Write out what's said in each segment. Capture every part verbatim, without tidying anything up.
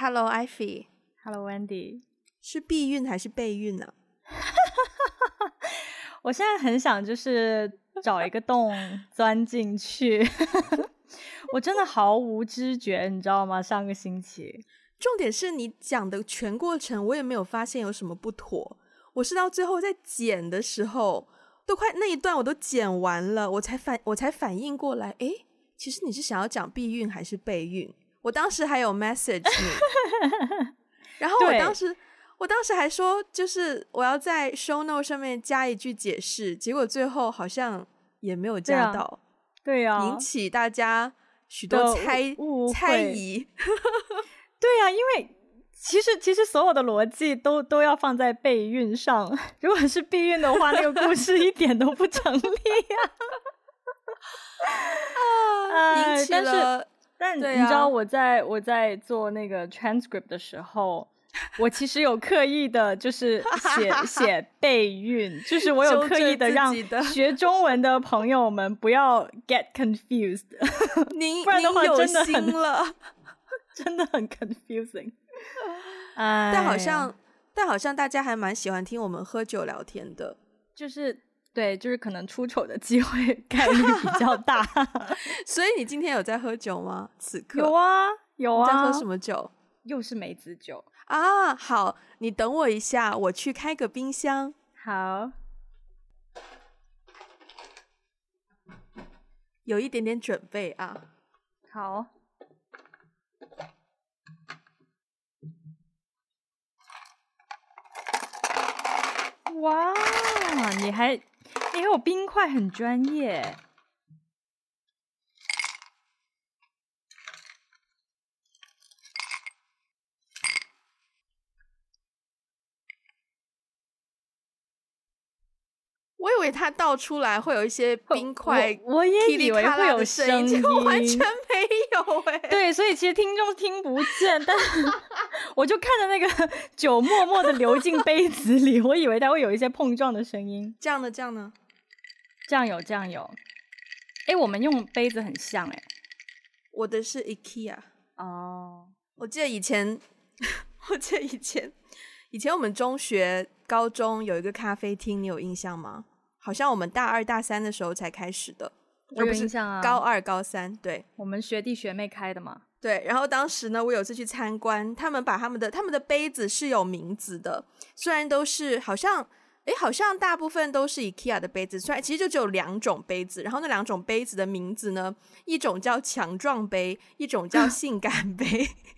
Hello Ivy。 Hello Wendy。 是避孕还是备孕呢、啊？ 我现在很想就是找一个洞钻进去我真的毫无知觉你知道吗？上个星期重点是你讲的全过程我也没有发现有什么不妥，我是到最后在剪的时候都快那一段我都剪完了，我才反我才反应过来，诶，其实你是想要讲避孕还是备孕。我当时还有 message 你然后我当时我当时还说就是我要在 show note 上面加一句解释，结果最后好像也没有加到。 对啊， 引起大家许多猜猜疑对啊，因为其实其实所有的逻辑都都要放在备孕上，如果是避孕的话那个故事一点都不成立啊啊引起了但是但你知道我在、啊、我在做那个 transcript 的时候我其实有刻意的就是写写备孕，就是我有刻意的让学中文的朋友们不要 get confused 您不然的话真的很有心了真的很 confusing 但好像但好像大家还蛮喜欢听我们喝酒聊天的， 就是对，就是可能出丑的机会概率比较大所以你今天有在喝酒吗？此刻有啊有啊。 你在喝什么酒？ 又是梅子酒啊。好，你等我一下，我去开个冰箱。 好， 有一点点准备啊。 好，哇，你还你还有冰块，很专业。 我以为它倒出来会有一些冰块， 我, 我也以为会有声音， 结果完全没有哎、欸。 对，所以其实听众听不见，但我就看着那个酒默默的流进杯子里，我以为它会有一些碰撞的声音。 这样呢？这样呢？ 这样有，这样有。哎，我们用杯子很像哎。 我的是 IKEA 哦。 我记得以前，我记得以前，以前我们中学、高中有一个咖啡厅，你有印象吗？好像我们大二大三的时候才开始的。 我有印象啊， 高二高三，对， 我们学弟学妹开的嘛。 对，然后当时呢我有次去参观，他们把他们的他们的杯子是有名字的，虽然都是好像诶好像大部分都是 IKEA 的杯子，虽然其实就只有两种杯子，然后那两种杯子的名字呢，一种叫强壮杯，一种叫性感杯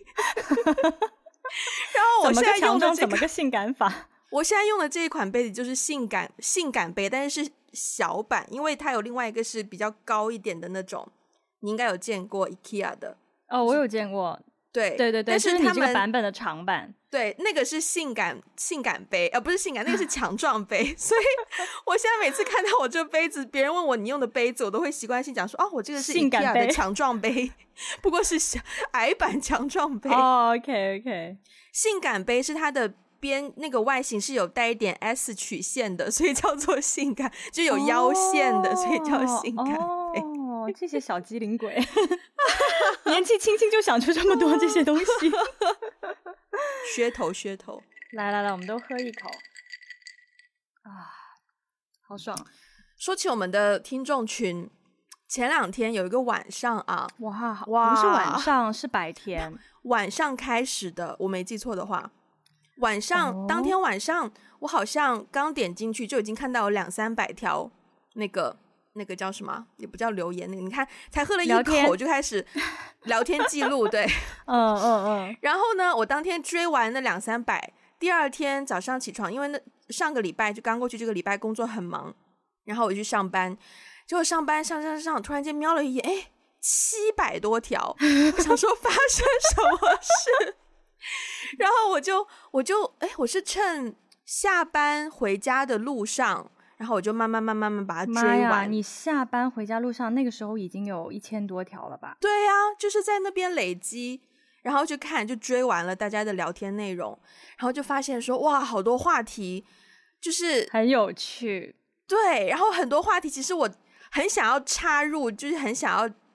然后我现在用的、这个、 怎么个性感法？ 我现在用的这一款杯子就是性感性感杯，但是是小版，因为它有另外一个是比较高一点的那种，你应该有见过 IKEA 的。 哦，我有见过。 对对对对， 但是他们、 就是你这个版本的长版。 对，那个是性感性感杯，呃，不是性感，那个是强壮杯所以我现在每次看到我这杯子，别人问我你用的杯子，我都会习惯性讲说，哦，我这个是 IKEA 的强壮杯，不过是小矮版强壮杯。 哦、oh, OK OK。 性感杯是它的边那个外形是有带一点 S 曲线的，所以叫做性感，就有腰线的， oh, 所以叫性感杯。 哦，这些小机灵鬼年纪轻轻就想出这么多这些东西噱头噱头。 来来来，我们都喝一口啊，好爽。 说起我们的听众群，前两天有一个晚上啊， 哇哇，不是晚上，是白天， 晚上开始的，我没记错的话，晚上、哦、当天晚上我好像刚点进去就已经看到有两三百条那个那个叫什么，也不叫留言，那个你看才喝了一口就开始聊天记录对嗯嗯嗯。 然后呢我当天追完那两三百，第二天早上起床，因为那上个礼拜就刚过去，这个礼拜工作很忙，然后我就去上班，结果上班上上上突然间瞄了一眼，哎，七百多条我想说发生什么事然后我就我就哎，我是趁下班回家的路上，然后我就慢慢慢慢慢把它追完。 妈呀，你下班回家路上那个时候已经有一千多条了吧？ 对啊，就是在那边累积，然后就看就追完了大家的聊天内容，然后就发现说哇，好多话题就是很有趣。 对，然后很多话题其实我很想要插入，就是很想要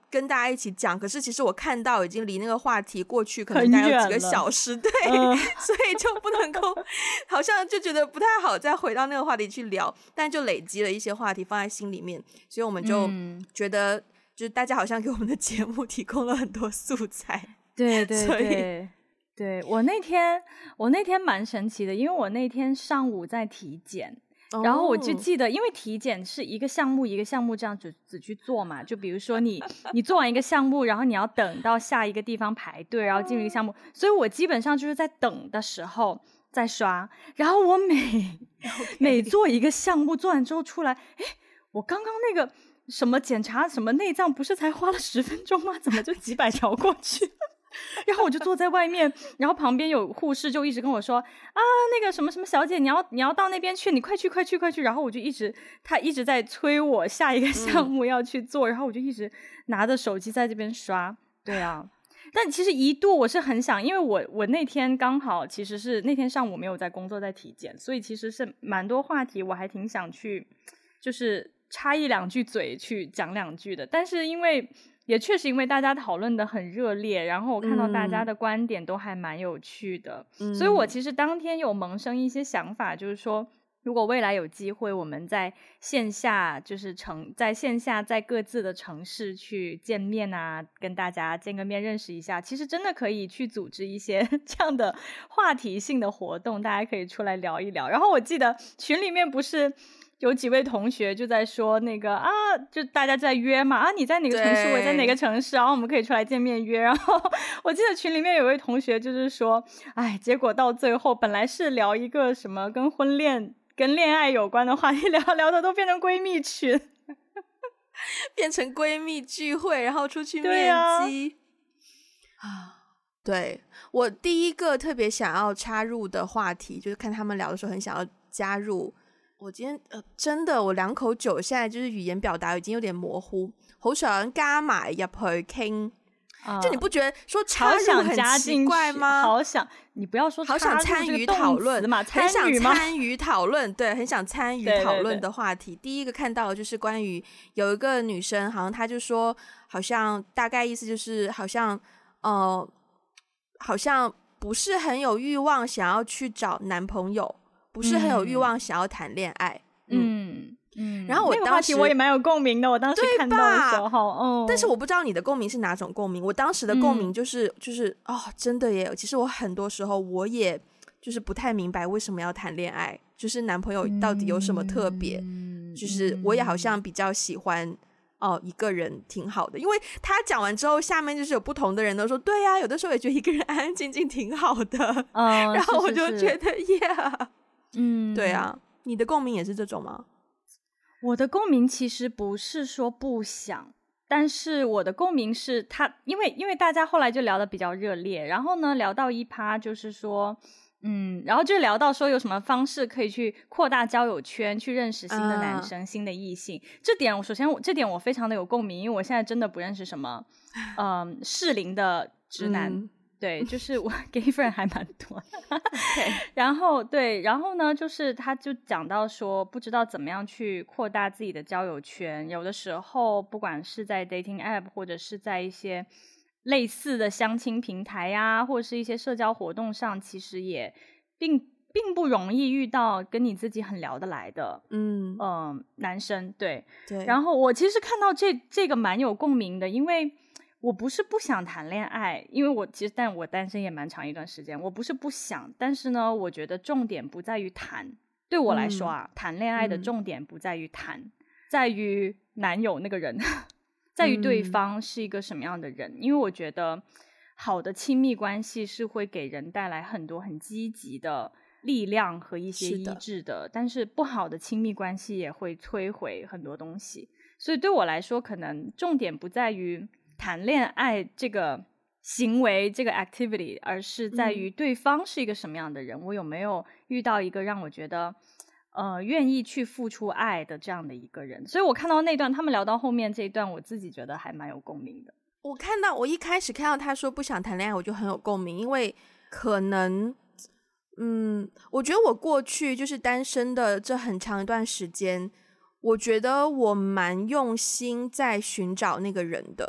跟大家一起讲，可是其实我看到已经离那个话题过去可能大概有几个小时，对、嗯、所以就不能够好像就觉得不太好再回到那个话题去聊，但就累积了一些话题放在心里面，所以我们就觉得、嗯、就是大家好像给我们的节目提供了很多素材。 对对对对，我那天我那天蛮神奇的，因为我那天上午在体检，然后我就记得因为体检是一个项目一个项目这样子只去做嘛，就比如说你你做完一个项目，然后你要等到下一个地方排队，然后进入一个项目，所以我基本上就是在等的时候在刷，然后我每、okay. 每做一个项目做完之后出来，诶，我刚刚那个什么检查什么内脏不是才花了十分钟吗？怎么就几百条过去然后我就坐在外面，然后旁边有护士就一直跟我说啊，那个什么什么小姐，你要你要到那边去，你快去快去快去。然后我就一直他一直在催我下一个项目要去做、嗯、然后我就一直拿着手机在这边刷。对啊，但其实一度我是很想，因为我我那天刚好其实是那天上午没有在工作在体检，所以其实是蛮多话题我还挺想去就是插一两句嘴去讲两句的，但是因为也确实因为大家讨论的很热烈，然后我看到大家的观点都还蛮有趣的、嗯、所以我其实当天有萌生一些想法，就是说如果未来有机会我们在线下就是城在线下在各自的城市去见面啊，跟大家见个面认识一下，其实真的可以去组织一些这样的话题性的活动，大家可以出来聊一聊。然后我记得群里面不是有几位同学就在说那个啊，就大家在约嘛，啊你在哪个城市我在哪个城市，然后我们可以出来见面约。然后我记得群里面有位同学就是说，哎，结果到最后本来是聊一个什么跟婚恋跟恋爱有关的话题，聊聊的都变成闺蜜群变成闺蜜聚会，然后出去面基啊。对，我第一个特别想要插入的话题就是看他们聊的时候很想要加入。我今天呃真的我兩口酒現在就是語言表達已經有點模糊，好想加埋入去傾、uh, 就你不覺得說插入很奇怪嗎？ 好想你不要說好想參與討論嘛， 很想參與討論，對，很想參與討論的話題。第一個看到的就是關於有一個女生，好像她就說，好像大概意思就是好像呃好像不是很有慾望想要去找男朋友，不是很有欲望想要談戀愛。 嗯嗯， 然後我當時、 那個話題我也蠻有共鳴的，我當時看到的時候、哦、 但是我不知道你的共鳴是哪種共鳴。我當時的共鳴就是、嗯、就是哦，真的耶，其實我很多時候我也就是不太明白為什麼要談戀愛，就是男朋友到底有什麼特別、嗯、就是我也好像比較喜歡哦，一個人挺好的。因為他講完之後下面就是有不同的人都說對啊，有的時候也覺得一個人安安靜靜挺好的、哦、然後我就覺得耶，嗯，對啊，你的共鳴也是這種嗎？ 我的共鳴其實不是說不想，但是我的共鳴是他，因為因為大家後來就聊得比較熱烈，然後呢聊到一趴就是說嗯，然後就聊到說有什麼方式可以去擴大交友圈，去認識新的男生、uh. 新的異性。這點我首先我這點我非常的有共鳴，因為我現在真的不認識什麼嗯適齡的直男、嗯，對，就是我 gay friend 還蠻多okay. 然後對，然後呢就是他就講到說不知道怎麼樣去擴大自己的交友圈，有的時候不管是在 dating app 或者是在一些類似的相親平台呀、啊，或者是一些社交活動上，其實也並並不容易遇到跟你自己很聊得來的嗯、呃、男生。對對，然後我其實看到這這個蠻有共鳴的，因為我不是不想談戀愛，因為我其實但我單身也蠻長一段時間，我不是不想，但是呢我覺得重點不在於談，對我來說啊、嗯、談戀愛的重點不在於談、嗯、在於男友那個人在於對方是一個什麼樣的人、嗯、因為我覺得好的親密關係是會給人帶來很多很積極的力量和一些醫治的，是的，但是不好的親密關係也會摧毀很多東西，所以對我來說可能重點不在於談戀愛這個行為這個 activity， 而是在於對方是一個什麼樣的人、嗯、我有沒有遇到一個讓我覺得呃，願意去付出愛的這樣的一個人。所以我看到那段他們聊到後面這一段，我自己覺得還蠻有共鳴的。 我看到我一開始看到他說不想談戀愛，我就很有共鳴，因為可能嗯，我覺得我過去就是單身的這很長一段時間，我覺得我蠻用心在尋找那個人的，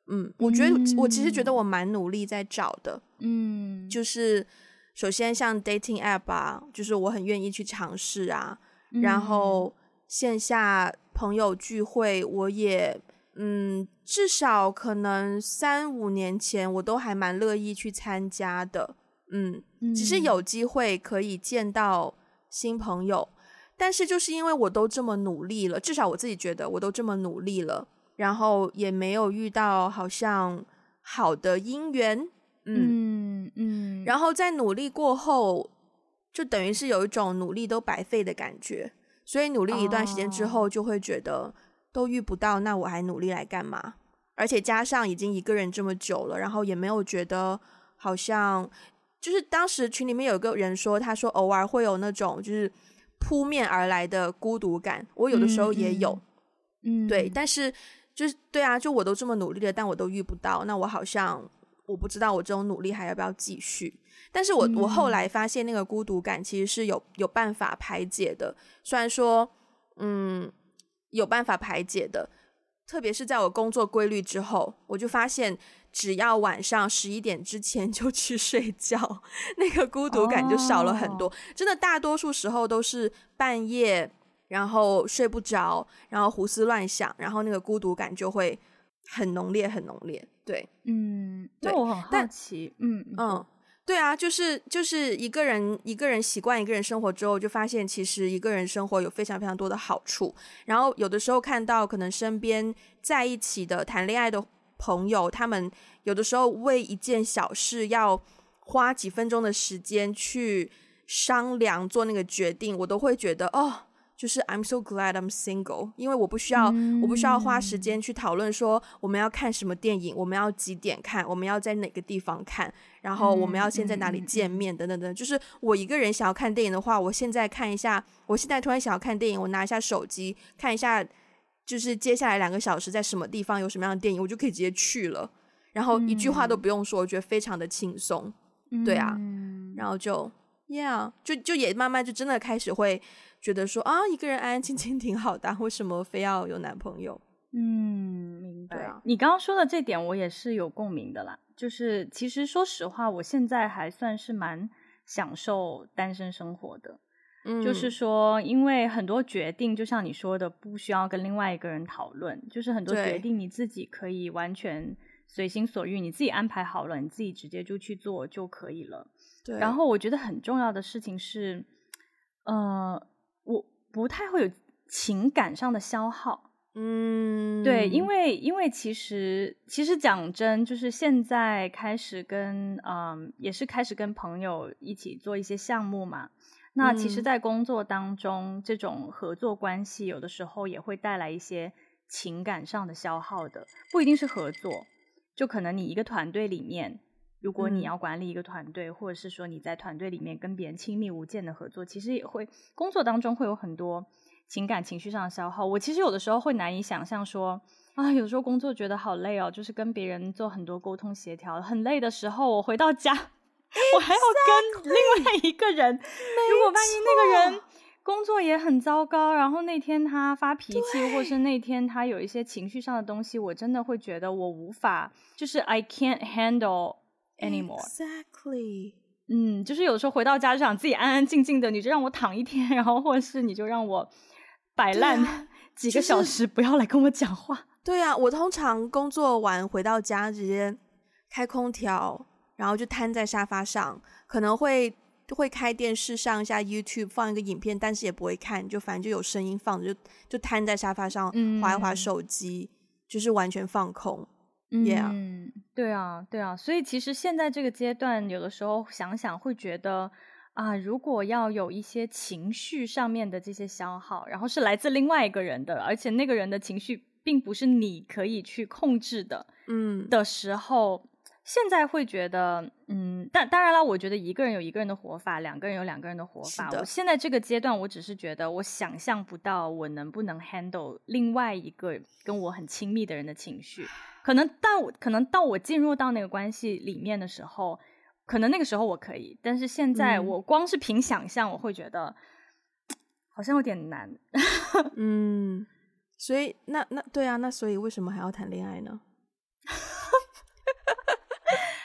嗯，我觉得、嗯、我其实觉得我蛮努力在找的， 嗯， 就是首先像 dating app 啊，就是我很愿意去尝试啊、嗯、然后线下朋友聚会我也嗯，至少可能三五年前我都还蛮乐意去参加的，嗯，只是有机会可以见到新朋友，但是就是因为我都这么努力了，至少我自己觉得我都这么努力了，然后也没有遇到好像好的姻缘， 嗯嗯， 然后在努力过后就等于是有一种努力都白费的感觉，所以努力一段时间之后就会觉得都遇不到，那我还努力来干嘛？而且加上已经一个人这么久了，然后也没有觉得好像就是当时群里面有个人说，他说偶尔会有那种就是扑面而来的孤独感，我有的时候也有， 嗯， 对，但是就是对啊，就我都这么努力了，但我都遇不到，那我好像我不知道我这种努力还要不要继续。但是我我后来发现那个孤独感其实是有有办法排解的，虽然说嗯有办法排解的，特别是在我工作规律之后，我就发现只要晚上十一点之前就去睡觉，那个孤独感就少了很多、哦、真的大多数时候都是半夜然后睡不着，然后胡思乱想，然后那个孤独感就会很浓烈很浓烈。对， 嗯，对，那我很好奇，嗯嗯，对啊，就是就是一个人一个人习惯一个人生活之后，就发现其实一个人生活有非常非常多的好处。然后有的时候看到可能身边在一起的谈恋爱的朋友，他们有的时候为一件小事要花几分钟的时间去商量做那个决定，我都会觉得哦，就是 I'm so glad I'm single， 因为我不需要、嗯、我不需要花时间去讨论说我们要看什么电影，我们要几点看，我们要在哪个地方看，然后我们要先在哪里见面、嗯、等等等，就是我一个人想要看电影的话，我现在看一下，我现在突然想要看电影，我拿一下手机看一下，就是接下来两个小时在什么地方有什么样的电影，我就可以直接去了，然后一句话都不用说、嗯、我觉得非常的轻松、嗯、对啊，然后就 yeah 就就也慢慢就真的开始会觉得说啊，一个人安安静静挺好的，为什么非要有男朋友？ 嗯，明白。 对啊， 你刚刚说的这点我也是有共鸣的啦，就是其实说实话，我现在还算是蛮享受单身生活的。嗯，就是说因为很多决定就像你说的不需要跟另外一个人讨论，就是很多决定你自己可以完全随心所欲，你自己安排好了，你自己直接就去做就可以了。对，然后我觉得很重要的事情是呃我不太会有情感上的消耗。嗯，对，因为因为其实其实讲真，就是现在开始跟嗯也是开始跟朋友一起做一些项目嘛。那其实在工作当中、嗯、这种合作关系有的时候也会带来一些情感上的消耗的，不一定是合作，就可能你一个团队里面，如果你要管理一个团队、嗯、或者是说你在团队里面跟别人亲密无间的合作，其实也会工作当中会有很多情感情绪上的消耗。我其实有的时候会难以想象说啊，有时候工作觉得好累哦，就是跟别人做很多沟通协调很累的时候，我回到家我还要跟另外一个人，如果万一那个人工作也很糟糕，然后那天他发脾气，或是那天他有一些情绪上的东西，我真的会觉得我无法，就是 I can't handle anymore. Exactly. 嗯，就是有时候回到家就想自己安安静静的，你就让我躺一天，然后或是你就让我摆烂几个小时、就是、不要来跟我讲话。 对啊，我通常工作完回到家直接开空调，然后就瘫在沙发上，可能会会开电视上一下 YouTube 放一个影片，但是也不会看，就反正就有声音放着，就就瘫在沙发上、嗯、滑一滑手机，就是完全放空。 嗯、 yeah. 对啊对啊，所以其实现在这个阶段有的时候想想会觉得啊，如果要有一些情绪上面的这些消耗，然后是来自另外一个人的，而且那个人的情绪并不是你可以去控制的嗯的时候，现在会觉得嗯，但当然了，我觉得一个人有一个人的活法，两个人有两个人的活法。我现在这个阶段我只是觉得我想象不到我能不能 handle 另外一个跟我很亲密的人的情绪，可能到可能到我进入到那个关系里面的时候，可能那个时候我可以，但是现在我光是凭想象、嗯、我会觉得好像有点难。 嗯，所以那那对啊，那所以为什么还要谈恋爱呢？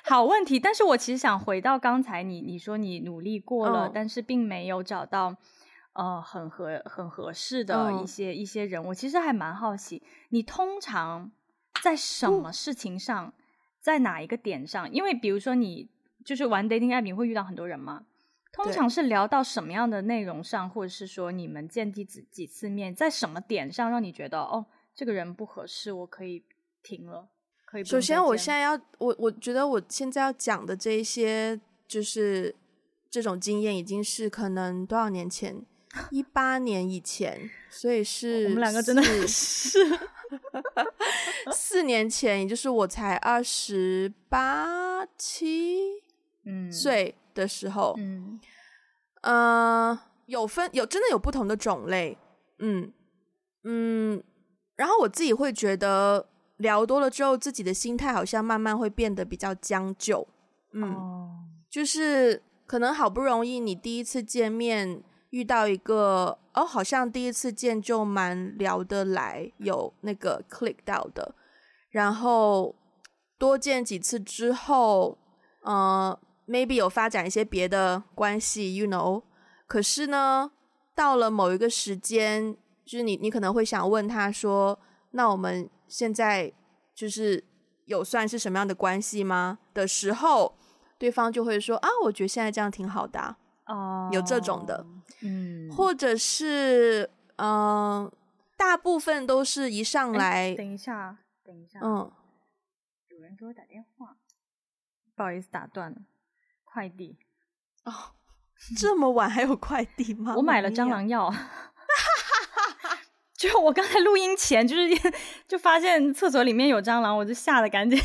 好问题。但是我其实想回到刚才你你说你努力过了、嗯、但是并没有找到呃很合很合适的一些、嗯、一些人，我其实还蛮好奇你通常在什么事情上、嗯、在哪一个点上，因为比如说你就是玩 dating app 你会遇到很多人嘛，通常是聊到什么样的内容上，或者是说你们见第几几次面，在什么点上让你觉得哦这个人不合适，我可以停了，可以不用再见了。 首先我现在要我我觉得我现在要讲的这一些就是这种经验已经是可能多少年前一八年以前，所以是我们两个真的是四年前，也就是我才二十八七岁的时候，嗯呃有分有真的有不同的种类，嗯嗯然后我自己会觉得聊多了之后自己的心态好像慢慢会变得比较将就，嗯、oh. 就是可能好不容易你第一次见面遇到一个哦好像第一次见就蛮聊得来，有那个 click 到的，然后多见几次之后呃 maybe 有发展一些别的关系 you know， 可是呢到了某一个时间，就是你你可能会想问他说，那我们现在就是有算是什么样的关系吗的时候，对方就会说啊我觉得现在这样挺好的啊、oh. 有这种的，嗯，或者是嗯、呃，大部分都是一上来等一下等一下嗯，有人给我打电话，不好意思打断了，快递哦，这么晚还有快递吗？ 我买了蟑螂药就我刚才录音前就是就发现厕所里面有蟑螂，我就吓得赶紧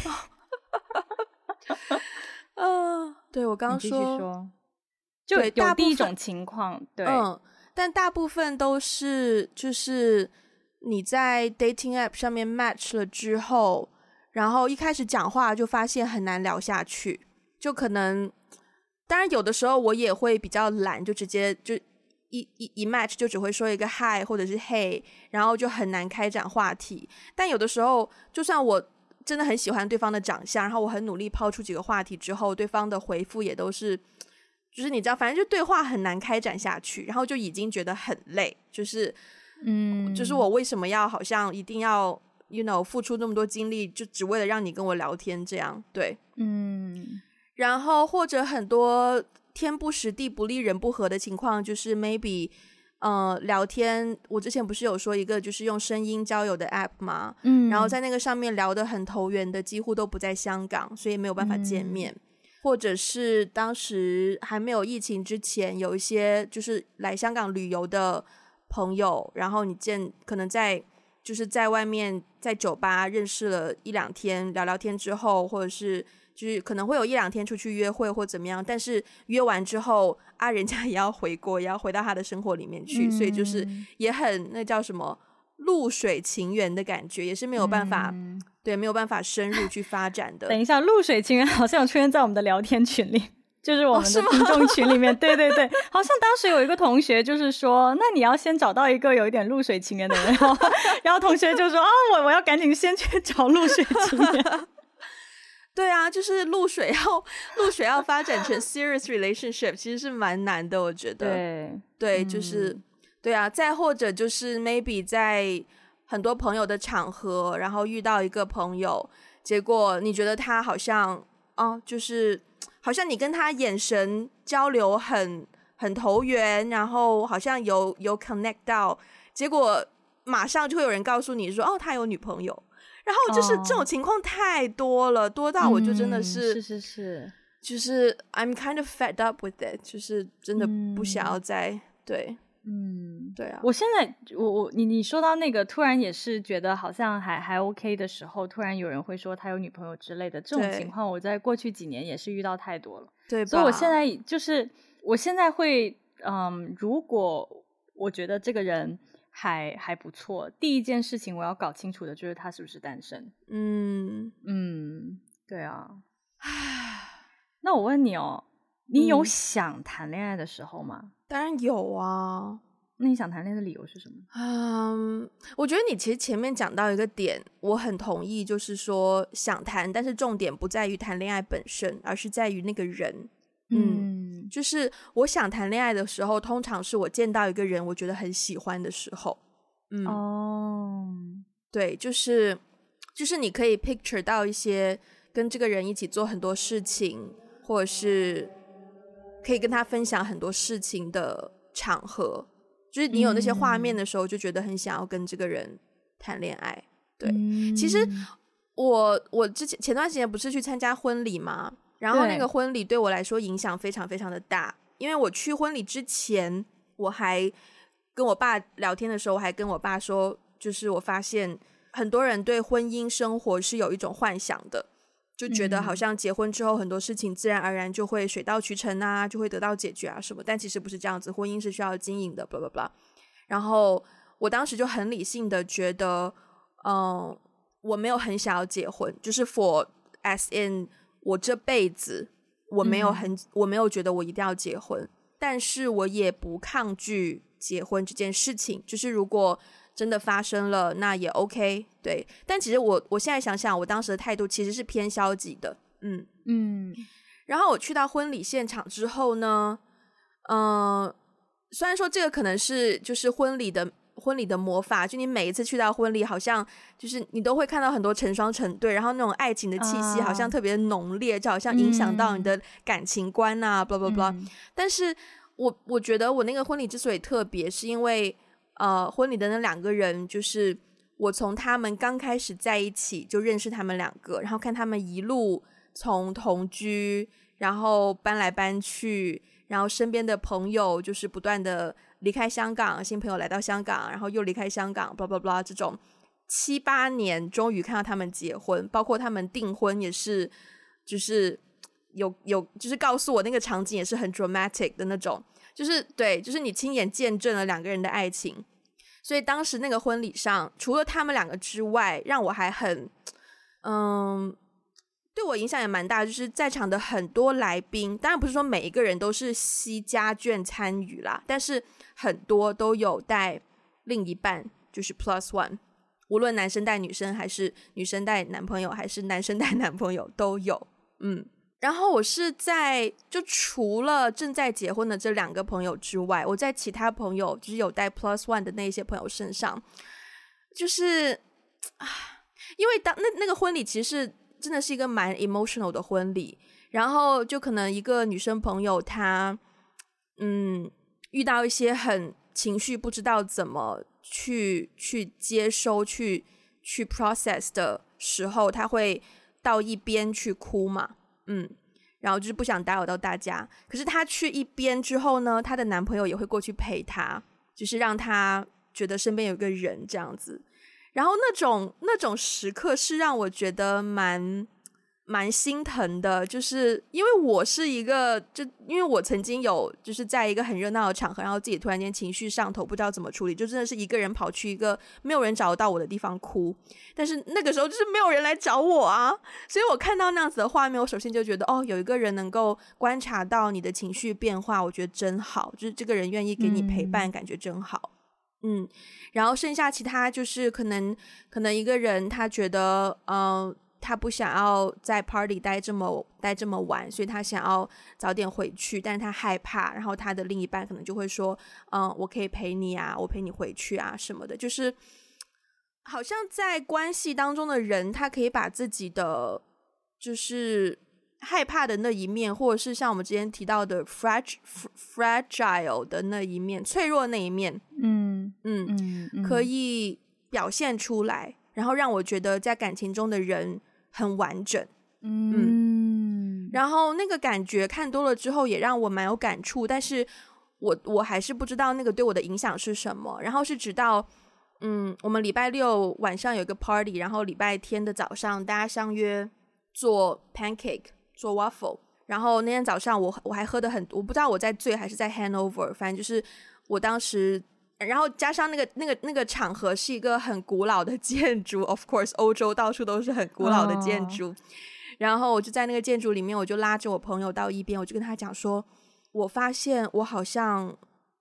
呃，对，我刚刚 说, 说就有第一种情况，对， 嗯，但大部分都是就是你在 dating app 上面 match 了之后，然后一开始讲话就发现很难聊下去，就可能当然有的时候我也会比较懒，就直接就一一一 match 就只会说一个 hi 或者是 hey， 然后就很难开展话题。但有的时候就算我真的很喜欢对方的长相，然后我很努力抛出几个话题之后，对方的回复也都是就是你知道反正就对话很难开展下去，然后就已经觉得很累，就是嗯，就是我为什么要好像一定要 you know 付出那么多精力就只为了让你跟我聊天这样，对，嗯，然后或者很多天不时地不利人不和的情况，就是 maybe 呃聊天，我之前不是有说一个就是用声音交友的 app 吗？嗯，然后在那个上面聊得很投缘的几乎都不在香港，所以没有办法见面、嗯、或者是当时还没有疫情之前有一些就是来香港旅游的朋友，然后你见可能在就是在外面在酒吧认识了一两天，聊聊天之后，或者是就是可能会有一两天出去约会或怎么样，但是约完之后啊人家也要回国，也要回到他的生活里面去、嗯、所以就是也很那叫什么露水情缘的感觉，也是没有办法、嗯、对没有办法深入去发展的。 等一下，露水情缘好像有出现在我们的聊天群里，就是我们的听众群里面、哦、对对对，好像当时有一个同学就是说那你要先找到一个有一点露水情缘的人然后同学就说啊我我要赶紧先去找露水情缘对啊，就是露水要露水要发展成 serious relationship 其实是蛮难的，我觉得。 对对，就是、嗯、对啊，再或者就是 maybe 在很多朋友的场合，然后遇到一个朋友，结果你觉得他好像哦，就是好像你跟他眼神交流很很投缘，然后好像有有 connect 到，结果马上就会有人告诉你说哦，他有女朋友。然后就是这种情况太多了、哦、多到我就真的是、 嗯、是是是就是 I'm kind of fed up with it， 就是真的不想要再、嗯、对嗯对啊。 我现在我我你你说到那个突然也是觉得好像还还 OK 的时候，突然有人会说他有女朋友之类的，这种情况我在过去几年也是遇到太多了， 对吧？ 所以我现在就是我现在会嗯，如果我觉得这个人还还不错，第一件事情我要搞清楚的就是他是不是单身。嗯嗯，对啊。那我问你哦，你有想谈恋爱的时候吗？ 当然有啊。 那你想谈恋爱的理由是什么？ 嗯，我觉得你其实前面讲到一个点我很同意，就是说想谈，但是重点不在于谈恋爱本身，而是在于那个人。嗯, 嗯就是我想谈恋爱的时候，通常是我见到一个人我觉得很喜欢的时候。嗯哦， 对，就是就是你可以 picture 到一些跟这个人一起做很多事情，或者是可以跟他分享很多事情的场合，就是你有那些画面的时候就觉得很想要跟这个人谈恋爱。对、嗯、其实我我之前前段时间不是去参加婚礼吗？然后那个婚礼对我来说影响非常非常的大，因为我去婚礼之前我还跟我爸聊天的时候，我还跟我爸说，就是我发现很多人对婚姻生活是有一种幻想的，就觉得好像结婚之后很多事情自然而然就会水到渠成啊，就会得到解决啊什么，但其实不是这样子，婚姻是需要经营的 blah blah blah。 然后我当时就很理性的觉得嗯，我没有很想要结婚，就是 for as in我这辈子我没有很、嗯、我没有觉得我一定要结婚，但是我也不抗拒结婚这件事情，就是如果真的发生了那也 OK。 对，但其实我我现在想想我当时的态度其实是偏消极的。嗯嗯， 然后我去到婚礼现场之后呢，嗯、呃，虽然说这个可能是就是婚礼的婚礼的魔法，就你每一次去到婚礼好像就是你都会看到很多成双成对，然后那种爱情的气息好像特别浓烈、啊、就好像影响到你的感情观啊、嗯、blah blah blah、嗯、但是我我觉得我那个婚礼之所以特别是因为呃，婚礼的那两个人就是我从他们刚开始在一起就认识他们两个，然后看他们一路从同居然后搬来搬去，然后身边的朋友就是不断的离开香港，新朋友来到香港，然后又离开香港 blah blah blah， 这种七八年终于看到他们结婚，包括他们订婚也是就是有有就是告诉我那个场景也是很 dramatic 的那种，就是对，就是你亲眼见证了两个人的爱情。所以当时那个婚礼上除了他们两个之外，让我还很嗯对我影响也蛮大，就是在场的很多来宾，当然不是说每一个人都是惜家眷参与啦，但是很多都有带另一半，就是 plus one， 无论男生带女生还是女生带男朋友还是男生带男朋友都有。嗯，然后我是在就除了正在结婚的这两个朋友之外，我在其他朋友就是有带 plus one 的那些朋友身上，就是因为当那那个婚礼其实是真的是一个蛮 emotional 的婚礼，然后就可能一个女生朋友她嗯遇到一些很情绪不知道怎么去去接收去去 process 的时候，她会到一边去哭嘛，嗯，然后就是不想打扰到大家，可是她去一边之后呢，她的男朋友也会过去陪她，就是让她觉得身边有个人这样子。然后那种那种时刻是让我觉得蛮蛮心疼的，就是因为我是一个就因为我曾经有就是在一个很热闹的场合，然后自己突然间情绪上头不知道怎么处理，就真的是一个人跑去一个没有人找到我的地方哭，但是那个时候就是没有人来找我啊，所以我看到那样子的画面，我首先就觉得哦，有一个人能够观察到你的情绪变化，我觉得真好，就是这个人愿意给你陪伴、嗯、感觉真好。嗯，然后剩下其他就是可能可能一个人他觉得嗯、呃，他不想要在 party 待这么待这么晚，所以他想要早点回去，但是他害怕，然后他的另一半可能就会说嗯，我可以陪你啊，我陪你回去啊什么的，就是好像在关系当中的人他可以把自己的就是害怕的那一面，或者是像我们之前提到的 fragile fragile 的那一面，脆弱的那一面，嗯嗯嗯嗯，可以表现出来，然后让我觉得在感情中的人很完整。嗯, 嗯然后那个感觉看多了之后也让我蛮有感触，但是我我还是不知道那个对我的影响是什么。然后是直到嗯我们礼拜六晚上有一个 party， 然后礼拜天的早上大家相约做 pancake做 waffle， 然后那天早上我我还喝得很，我不知道我在醉还是在 hangover， 反正就是我当时，然后加上那个那个那个场合是一个很古老的建筑 of course 欧洲到处都是很古老的建筑、oh. 然后我就在那个建筑里面，我就拉着我朋友到一边，我就跟他讲说，我发现我好像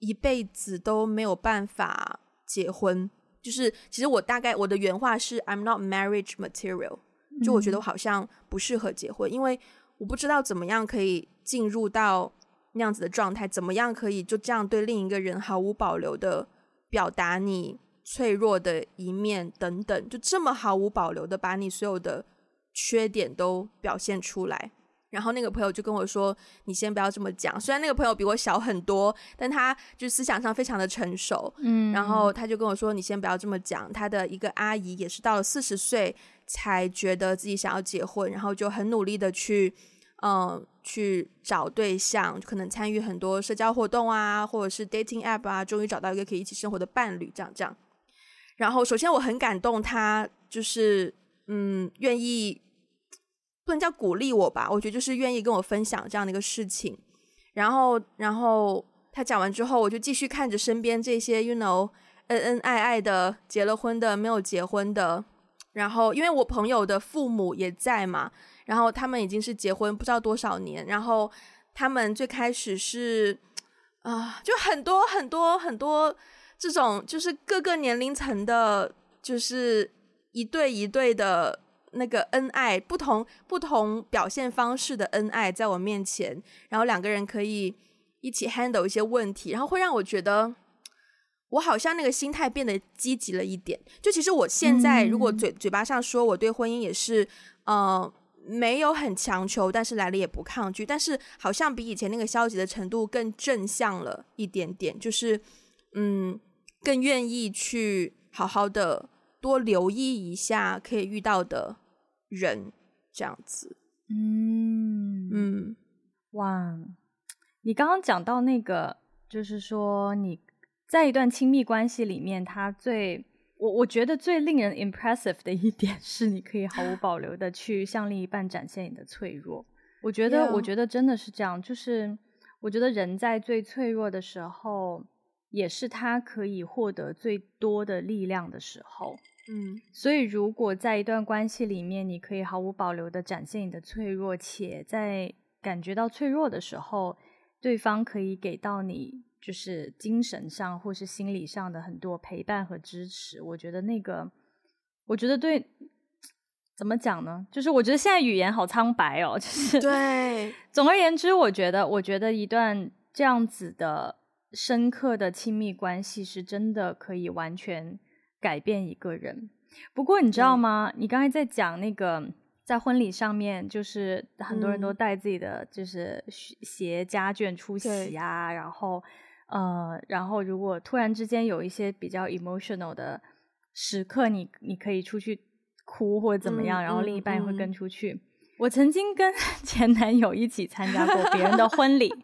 一辈子都没有办法结婚，就是其实我大概我的原话是 I'm not marriage material， 就我觉得我好像不适合结婚、嗯、因为我不知道怎么样可以进入到那样子的状态，怎么样可以就这样对另一个人毫无保留的表达你脆弱的一面等等，就这么毫无保留的把你所有的缺点都表现出来。然后那个朋友就跟我说你先不要这么讲，虽然那个朋友比我小很多，但他就思想上非常的成熟，嗯，然后他就跟我说你先不要这么讲，他的一个阿姨也是到了四十岁才觉得自己想要结婚，然后就很努力的去嗯去找对象，可能参与很多社交活动啊，或者是 dating app 啊，终于找到一个可以一起生活的伴侣，这样这样。然后首先我很感动，他就是嗯愿意，不能叫鼓励我吧，我觉得就是愿意跟我分享这样的一个事情。然后然后他讲完之后，我就继续看着身边这些 you know 恩恩爱爱的，结了婚的，没有结婚的。然后因为我朋友的父母也在嘛，然后他们已经是结婚不知道多少年，然后他们最开始是啊、呃，就很多很多很多这种就是各个年龄层的，就是一对一对的那个恩爱，不同不同表现方式的恩爱在我面前，然后两个人可以一起 handle 一些问题，然后会让我觉得我好像那个心态变得积极了一点。就其实我现在如果嘴、嗯、嘴巴上说我对婚姻也是呃没有很强求，但是来了也不抗拒，但是好像比以前那个消极的程度更正向了一点点，就是嗯更愿意去好好的多留意一下可以遇到的人，这样子。 嗯嗯，哇，你刚刚讲到那个就是说你在一段亲密关系里面，他最我我觉得最令人 impressive 的一点是你可以毫无保留的去向另一半展现你的脆弱。我觉得、yeah. 我觉得真的是这样，就是我觉得人在最脆弱的时候也是他可以获得最多的力量的时候。嗯，所以如果在一段关系里面你可以毫无保留的展现你的脆弱，且在感觉到脆弱的时候对方可以给到你就是精神上或是心理上的很多陪伴和支持，我觉得那个我觉得对，怎么讲呢，就是我觉得现在语言好苍白哦，就是对， 总而言之我觉得我觉得一段这样子的深刻的亲密关系是真的可以完全改变一个人。不过你知道吗、嗯、你刚才在讲那个在婚礼上面就是很多人都带自己的就是携家眷出席啊、嗯、然后呃，然后如果突然之间有一些比较 emotional 的时刻，你你可以出去哭或者怎么样、嗯、然后另一半也会跟出去、嗯、我曾经跟前男友一起参加过别人的婚礼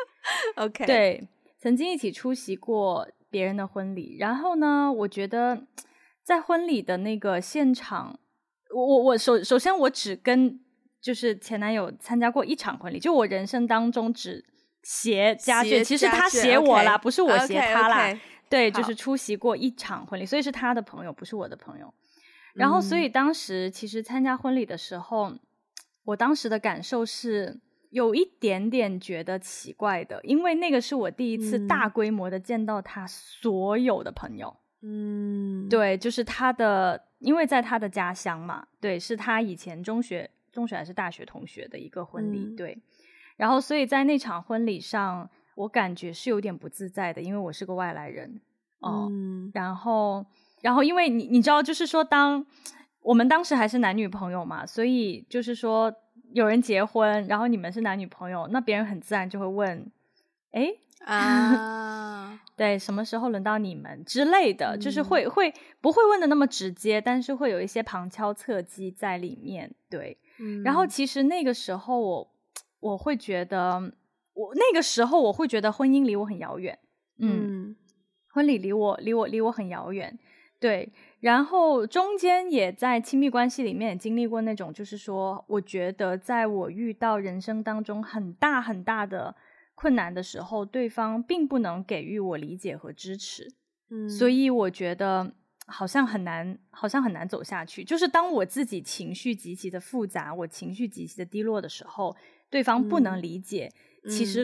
OK， 对，曾经一起出席过别人的婚礼。然后呢我觉得在婚礼的那个现场，我我我首首先我只跟就是前男友参加过一场婚礼，就我人生当中只携家眷，其实他携我啦、okay. 不是我携他啦、okay, okay. 对，就是出席过一场婚礼，所以是他的朋友不是我的朋友。然后所以当时其实参加婚礼的时候、嗯、我当时的感受是有一点点觉得奇怪的，因为那个是我第一次大规模的见到他所有的朋友。嗯，对，就是他的，因为在他的家乡嘛，对，是他以前中学中学还是大学同学的一个婚礼、嗯、对。然后所以在那场婚礼上我感觉是有点不自在的，因为我是个外来人哦、嗯，然后然后因为你你知道就是说当我们当时还是男女朋友嘛，所以就是说有人结婚然后你们是男女朋友，那别人很自然就会问诶啊对，什么时候轮到你们之类的、嗯、就是会会不会问的那么直接，但是会有一些旁敲侧击在里面，对、嗯、然后其实那个时候我我会觉得我那个时候我会觉得婚姻离我很遥远， 嗯, 嗯婚礼离我离我离我很遥远，对。然后中间也在亲密关系里面也经历过那种就是说我觉得在我遇到人生当中很大很大的困难的时候对方并不能给予我理解和支持，嗯，所以我觉得好像很难好像很难走下去，就是当我自己情绪极其的复杂，我情绪极其的低落的时候对方不能理解、嗯、其实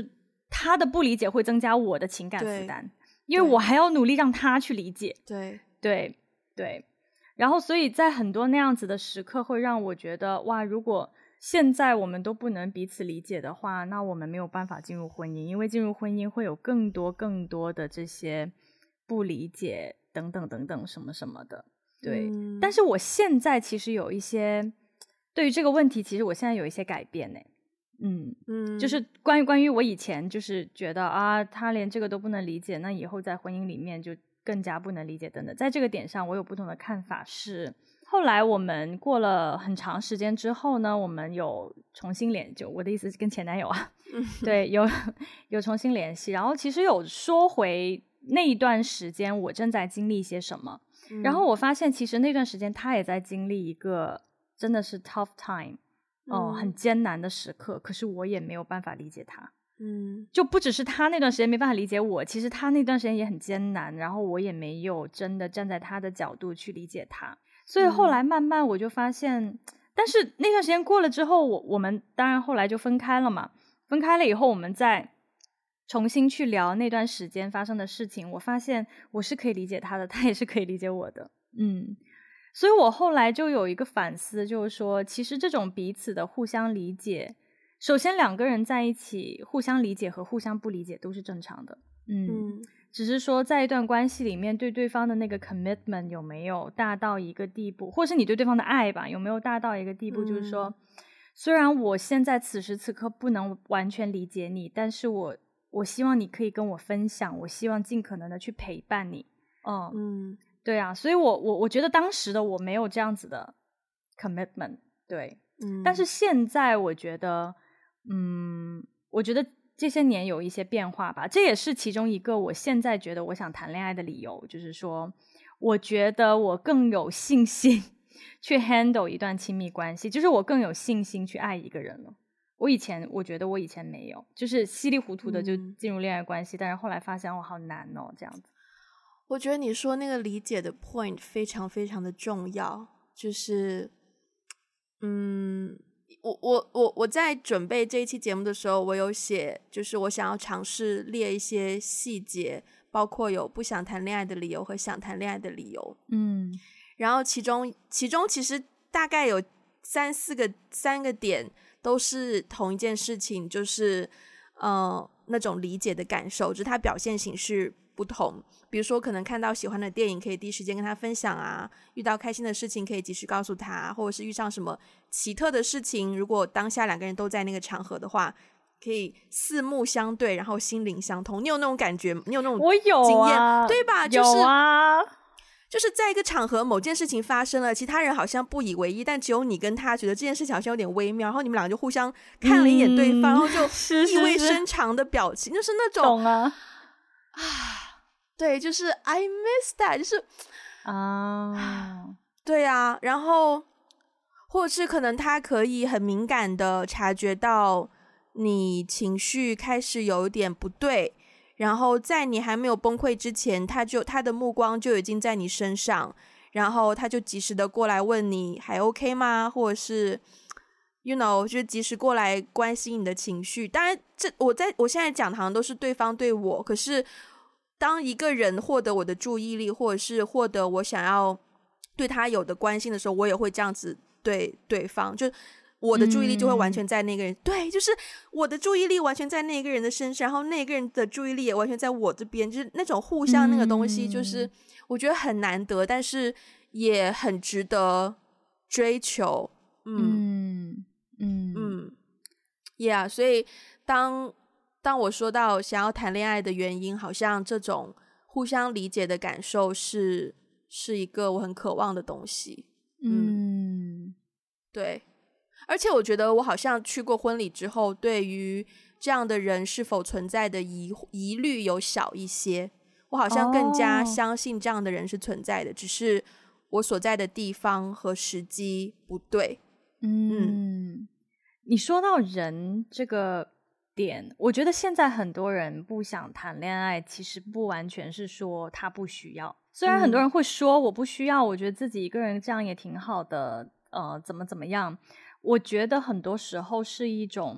他的不理解会增加我的情感负担，因为我还要努力让他去理解。 对对对，然后所以在很多那样子的时刻会让我觉得，哇，如果现在我们都不能彼此理解的话，那我们没有办法进入婚姻，因为进入婚姻会有更多更多的这些不理解等等等等什么什么的。对、嗯、但是我现在其实有一些对于这个问题，其实我现在有一些改变呢。嗯嗯，就是关于关于我以前就是觉得啊，他连这个都不能理解，那以后在婚姻里面就更加不能理解等等。在这个点上我有不同的看法，是后来我们过了很长时间之后呢，我们有重新联就我的意思是跟前男友啊对，有有重新联系，然后其实有说回那一段时间我正在经历一些什么、嗯、然后我发现其实那段时间他也在经历一个真的是 tough time哦、嗯，很艰难的时刻，可是我也没有办法理解他。嗯，就不只是他那段时间没办法理解我，其实他那段时间也很艰难，然后我也没有真的站在他的角度去理解他。所以后来慢慢我就发现、嗯、但是那段时间过了之后，我我们当然后来就分开了嘛。分开了以后，我们再重新去聊那段时间发生的事情，我发现我是可以理解他的，他也是可以理解我的。嗯。所以我后来就有一个反思，就是说其实这种彼此的互相理解，首先两个人在一起互相理解和互相不理解都是正常的。 嗯, 嗯只是说在一段关系里面对对方的那个 commitment 有没有大到一个地步，或是你对对方的爱吧有没有大到一个地步、嗯、就是说虽然我现在此时此刻不能完全理解你，但是我我希望你可以跟我分享，我希望尽可能的去陪伴你。嗯嗯对啊，所以我我我觉得当时的我没有这样子的 commitment， 对，嗯，但是现在我觉得，嗯，我觉得这些年有一些变化吧，这也是其中一个我现在觉得我想谈恋爱的理由，就是说，我觉得我更有信心去 handle 一段亲密关系，就是我更有信心去爱一个人了。我以前我觉得我以前没有，就是稀里糊涂的就进入恋爱关系，嗯、但是后来发现我好难哦，这样子。 我觉得你说那个理解的 point 非常非常的重要，就是嗯我我我我在准备这一期节目的时候，我有写就是我想要尝试列一些细节，包括有不想谈恋爱的理由和想谈恋爱的理由。嗯，然后其中其中其实大概有三四个三个点都是同一件事情，就是呃那种理解的感受，就是它表现形式不同。比如说可能看到喜欢的电影可以第一时间跟他分享啊，遇到开心的事情可以及时告诉他，或者是遇上什么奇特的事情，如果当下两个人都在那个场合的话，可以四目相对然后心灵相通。你有那种感觉，你有那种经验？ 我有啊， 对吧？就是有啊， 就是在一个场合某件事情发生了，其他人好像不以为意，但只有你跟他觉得这件事情好像有点微妙，然后你们两个就互相看了一眼对方、嗯、然后就意味深长的表情， 是是是就是那种懂啊啊，对，就是 I miss that， 就是啊， 对啊，然后或者是可能他可以很敏感的察觉到你情绪开始有一点不对，然后在你还没有崩溃之前，他就他的目光就已经在你身上，然后他就及时的过来问你还 OK 吗，或者是 you know 就及时过来关心你的情绪。当然这我在我现在讲的好像都是对方对我，可是当一个人获得我的注意力，或者是获得我想要对他有的关心的时候，我也会这样子对对方，就我的注意力就会完全在那个人、嗯、对，就是我的注意力完全在那个人的身上，然后那个人的注意力也完全在我这边，就是那种互相那个东西，就是我觉得很难得，但是也很值得追求。嗯嗯嗯 yeah， 所以当当我说到想要谈恋爱的原因，好像这种互相理解的感受是是一个我很渴望的东西。 嗯, 嗯对，而且我觉得我好像去过婚礼之后，对于这样的人是否存在的疑疑虑有小一些，我好像更加相信这样的人是存在的、哦、只是我所在的地方和时机不对。 嗯, 嗯你说到人这个点，我觉得现在很多人不想谈恋爱，其实不完全是说他不需要，虽然很多人会说我不需要、嗯、我觉得自己一个人这样也挺好的，呃，怎么怎么样，我觉得很多时候是一种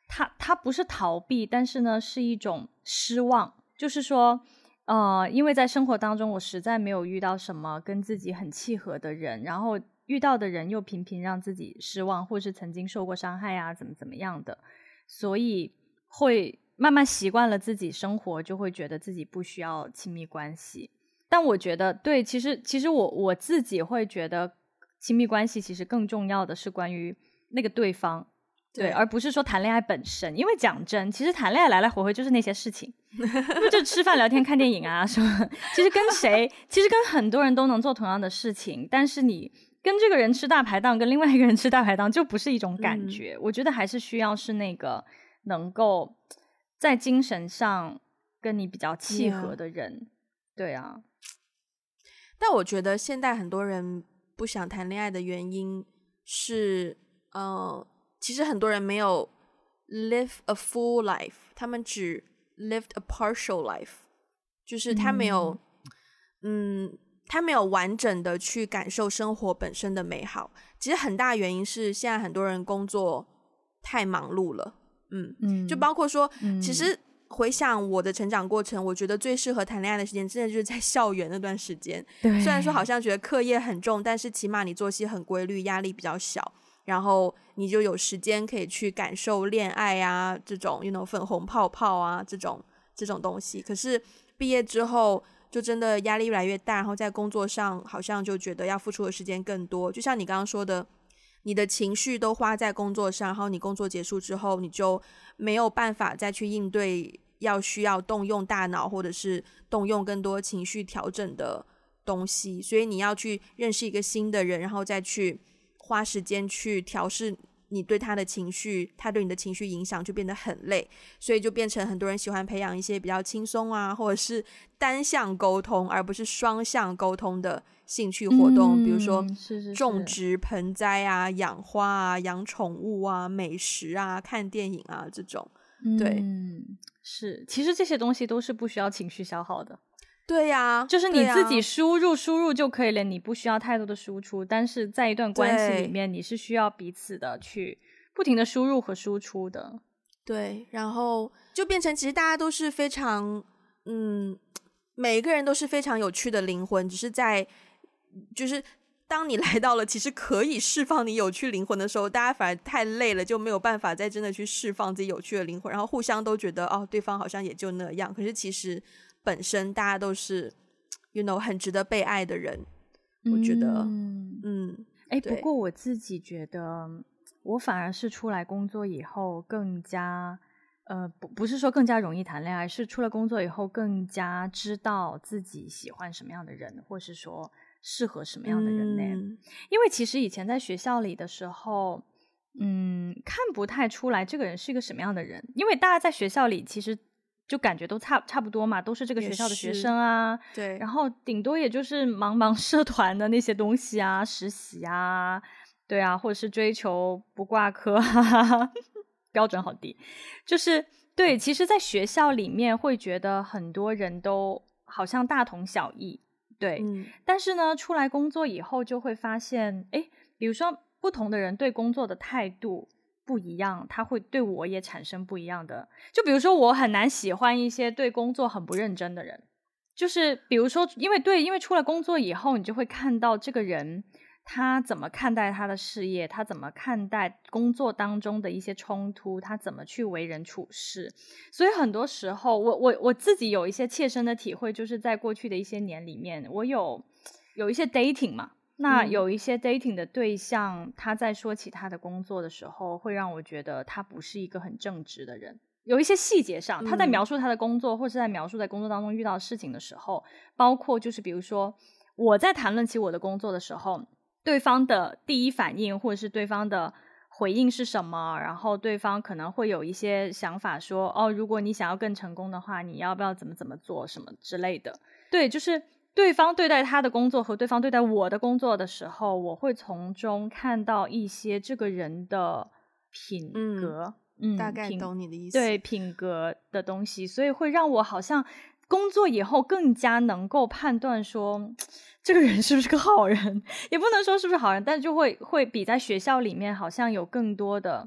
它它不是逃避，但是呢是一种失望，就是说呃，因为在生活当中我实在没有遇到什么跟自己很契合的人，然后遇到的人又频频让自己失望，或是曾经受过伤害啊怎么怎么样的，所以会慢慢习惯了自己生活，就会觉得自己不需要亲密关系。但我觉得对，其实其实我我自己会觉得亲密关系其实更重要的是关于那个对方，对，对而不是说谈恋爱本身。因为讲真，其实谈恋爱来来回回就是那些事情就吃饭聊天看电影啊什么，其实跟谁其实跟很多人都能做同样的事情，但是你跟这个人吃大排档跟另外一个人吃大排档就不是一种感觉、嗯、我觉得还是需要是那个能够在精神上跟你比较契合的人、yeah. 对啊。 但我觉得现在很多人不想谈恋爱的原因是呃，其实很多人没有 live a full life， 他们只 lived a partial life， 就是他没有嗯, 嗯他没有完整的去感受生活本身的美好。其实很大原因是现在很多人工作太忙碌了，嗯嗯，就包括说、嗯、其实回想我的成长过程，我觉得最适合谈恋爱的时间真的就是在校园那段时间。虽然说好像觉得课业很重，但是起码你作息很规律，压力比较小，然后你就有时间可以去感受恋爱啊这种 you know 粉红泡泡啊这种这种东西。可是毕业之后就真的压力越来越大，然后在工作上好像就觉得要付出的时间更多，就像你刚刚说的，你的情绪都花在工作上，然后你工作结束之后你就没有办法再去应对要需要动用大脑或者是动用更多情绪调整的东西，所以你要去认识一个新的人，然后再去花时间去调试你对他的情绪，他对你的情绪影响就变得很累，所以就变成很多人喜欢培养一些比较轻松啊或者是单向沟通而不是双向沟通的兴趣活动、嗯、比如说种植盆栽啊，养花啊，养宠物啊，美食啊，看电影啊这种。对、 嗯、是，其实这些东西都是不需要情绪消耗的。 对呀、啊、 就是你自己输入、啊、输入就可以了，你不需要太多的输出，但是在一段关系里面你是需要彼此的去不停的输入和输出的。 对，然后就变成其实大家都是非常嗯，每一个人都是非常有趣的灵魂，只是在就是当你来到了其实可以释放你有趣灵魂的时候，大家反而太累了，就没有办法再真的去释放自己有趣的灵魂，然后互相都觉得哦，对方好像也就那样，可是其实本身大家都是 you know 很值得被爱的人。我觉得嗯嗯，哎，不过我自己觉得我反而是出来工作以后更加呃不不是说更加容易谈恋爱，是出了工作以后更加知道自己喜欢什么样的人，或是说适合什么样的人呢、嗯、因为其实以前在学校里的时候嗯，看不太出来这个人是一个什么样的人，因为大家在学校里其实就感觉都差差不多嘛，都是这个学校的学生啊， 对， 然后顶多也就是忙忙社团的那些东西啊，实习啊，对啊，或者是追求不挂科啊标准好低，就是对，其实在学校里面会觉得很多人都好像大同小异，对、嗯、但是呢出来工作以后就会发现诶，比如说不同的人对工作的态度不一样，他会对我也产生不一样的，就比如说我很难喜欢一些对工作很不认真的人，就是比如说因为对因为出了工作以后你就会看到这个人他怎么看待他的事业，他怎么看待工作当中的一些冲突，他怎么去为人处事，所以很多时候我我我自己有一些切身的体会，就是在过去的一些年里面我有有一些 dating 嘛，那有一些 dating 的对象、嗯、他在说起他的工作的时候会让我觉得他不是一个很正直的人，有一些细节上他在描述他的工作、嗯、或是在描述在工作当中遇到的事情的时候，包括就是比如说我在谈论起我的工作的时候，对方的第一反应或者是对方的回应是什么，然后对方可能会有一些想法说哦，如果你想要更成功的话你要不要怎么怎么做什么之类的，对，就是对方对待他的工作和对方对待我的工作的时候，我会从中看到一些这个人的品格， 嗯，嗯大概懂你的意思， 对，品格的东西，所以会让我好像工作以后更加能够判断说这个人是不是个好人，也不能说是不是好人，但就会会比在学校里面好像有更多的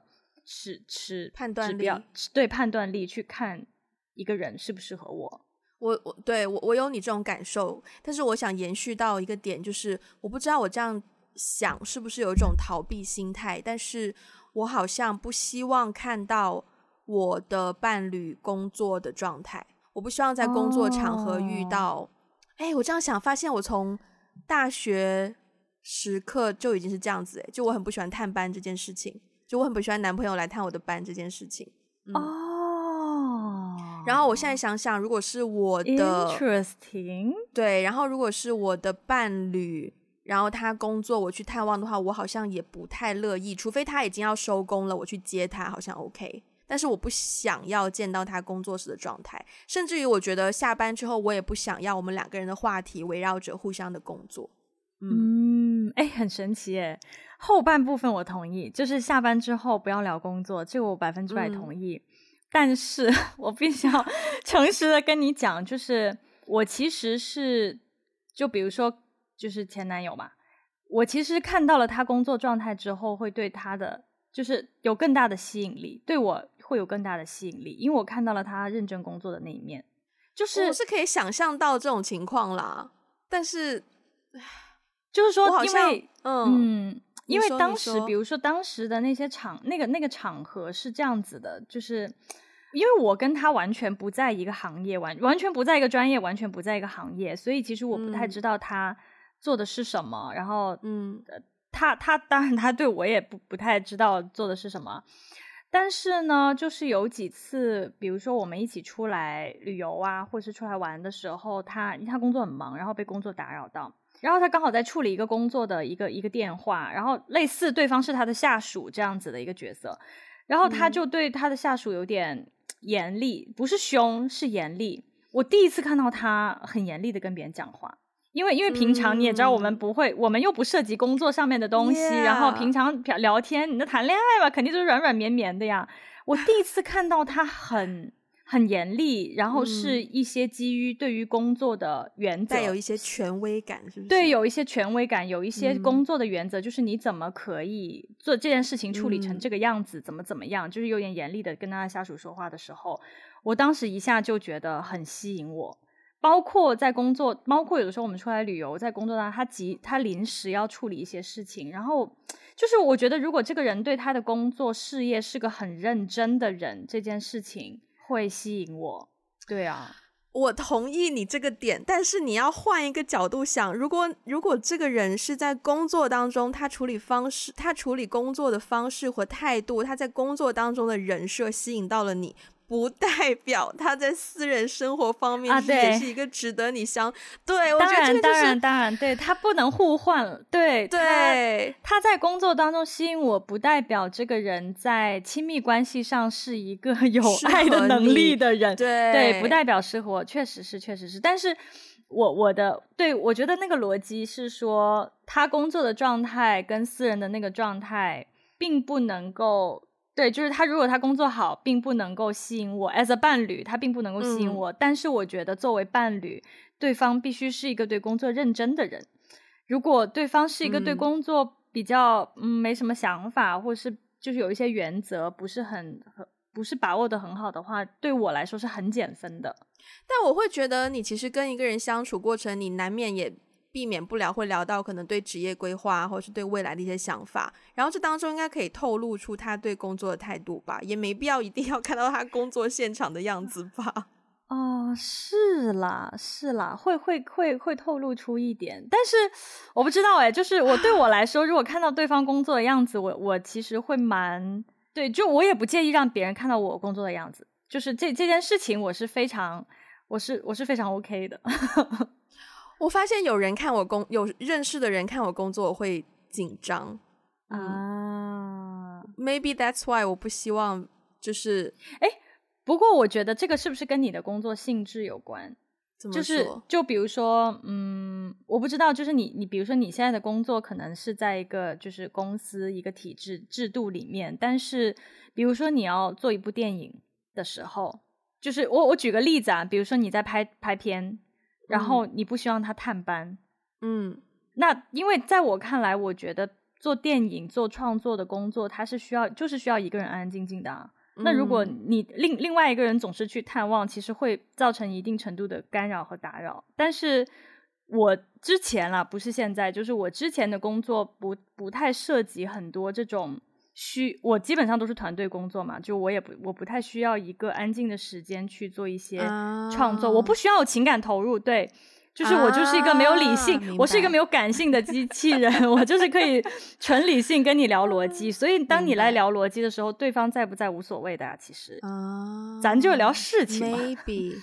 持持判断力， 对判断力去看一个人适不适合我。 我我对我我有你这种感受，但是我想延续到一个点，就是我不知道我这样想是不是有一种逃避心态，但是我好像不希望看到我的伴侣工作的状态，我不希望在工作场合遇到。哎、oh. 我这样想发现我从大学时刻就已经是这样子，就我很不喜欢探班这件事情，就我很不喜欢男朋友来探我的班这件事情。 哦、嗯 oh. 然后我现在想想，如果是我的 Interesting 对，然后如果是我的伴侣，然后他工作我去探望的话，我好像也不太乐意，除非他已经要收工了我去接他好像 OK， 但是我不想要见到他工作时的状态，甚至于我觉得下班之后我也不想要我们两个人的话题围绕着互相的工作。 嗯，哎、欸，很神奇耶。后半部分我同意，就是下班之后不要聊工作，这个我百分之百同意、嗯、但是我必须要诚实的跟你讲，就是我其实是就比如说就是前男友嘛，我其实看到了他工作状态之后会对他的就是有更大的吸引力，对我会有更大的吸引力，因为我看到了他认真工作的那一面。就是我是可以想象到这种情况啦，但是就是说因为嗯嗯因为当时比如说当时的那些场那个那个场合是这样子的，就是因为我跟他完全不在一个行业，完完全不在一个专业，完全不在一个行业，所以其实我不太知道他做的是什么、嗯、然后嗯、呃，他他当然他对我也不不太知道做的是什么，但是呢就是有几次比如说我们一起出来旅游啊或是出来玩的时候，他他工作很忙，然后被工作打扰到，然后他刚好在处理一个工作的一个一个电话，然后类似对方是他的下属这样子的一个角色，然后他就对他的下属有点严厉，不是凶是严厉。我第一次看到他很严厉的跟别人讲话，因为因为平常你也知道我们不会、嗯、我们又不涉及工作上面的东西、yeah. 然后平常聊天你在谈恋爱嘛，肯定就是软软绵绵的呀。我第一次看到他很很严厉，然后是一些基于对于工作的原则， 带有一些权威感，是不是？ 对，有一些权威感，有一些工作的原则、嗯、就是你怎么可以做这件事情处理成这个样子、嗯、怎么怎么样，就是有点严厉的跟他的下属说话的时候，我当时一下就觉得很吸引我。包括在工作，包括有的时候我们出来旅游，在工作上他急他临时要处理一些事情，然后就是我觉得如果这个人对他的工作事业是个很认真的人，这件事情会吸引我。对啊， 我同意你这个点，但是你要换一个角度想，如果如果这个人是在工作当中，他处理方式他处理工作的方式和态度，他在工作当中的人设吸引到了你，不代表他在私人生活方面也是一个值得你相、啊、对, 对我觉得这个就是当然当然对，他不能互换。对对， 他, 他在工作当中吸引我，不代表这个人在亲密关系上是一个有爱的能力的人。 对对，不代表适合我，确实是确实是。但是我我的对我觉得那个逻辑是说，他工作的状态跟私人的那个状态并不能够，对，就是他如果他工作好并不能够吸引我 as a 伴侣，他并不能够吸引我、嗯、但是我觉得作为伴侣，对方必须是一个对工作认真的人。如果对方是一个对工作比较 嗯, 嗯没什么想法，或是就是有一些原则不是很不是把握的很好的话，对我来说是很减分的。 但我会觉得你其实跟一个人相处过程，你难免也避免不了会聊到可能对职业规划或是对未来的一些想法，然后这当中应该可以透露出他对工作的态度吧，也没必要一定要看到他工作现场的样子吧。 哦，是啦是啦，会会会会透露出一点，但是我不知道哎，就是我对我来说如果看到对方工作的样子，我我其实会蛮对，就我也不介意让别人看到我工作的样子，就是这这件事情我是非常我是我是非常 OK 的。 我发现有人看我工有认识的人看我工作我会紧张啊、 嗯、Maybe that's why 我不希望就是哎，不过我觉得这个是不是跟你的工作性质有关？ 怎么说？ 就是就比如说嗯，我不知道，就是你你比如说你现在的工作可能是在一个就是公司一个体制制度里面，但是比如说你要做一部电影的时候，就是我我举个例子啊，比如说你在拍拍片，然后你不希望他探班， 嗯， 那因为在我看来，我觉得做电影做创作的工作，它是需要就是需要一个人安安静静的啊。那如果你另另外一个人总是去探望，其实会造成一定程度的干扰和打扰。但是我之前啦，不是现在，就是我之前的工作不不太涉及很多这种需，我基本上都是团队工作嘛，就我也不我不太需要一个安静的时间去做一些创作，啊、我不需要有情感投入，对。就是我就是一个没有理性、啊、我是一个没有感性的机器人我就是可以纯理性跟你聊逻辑，所以当你来聊逻辑的时候，对方在不在无所谓的啊，其实啊，咱就聊事情嘛。 maybe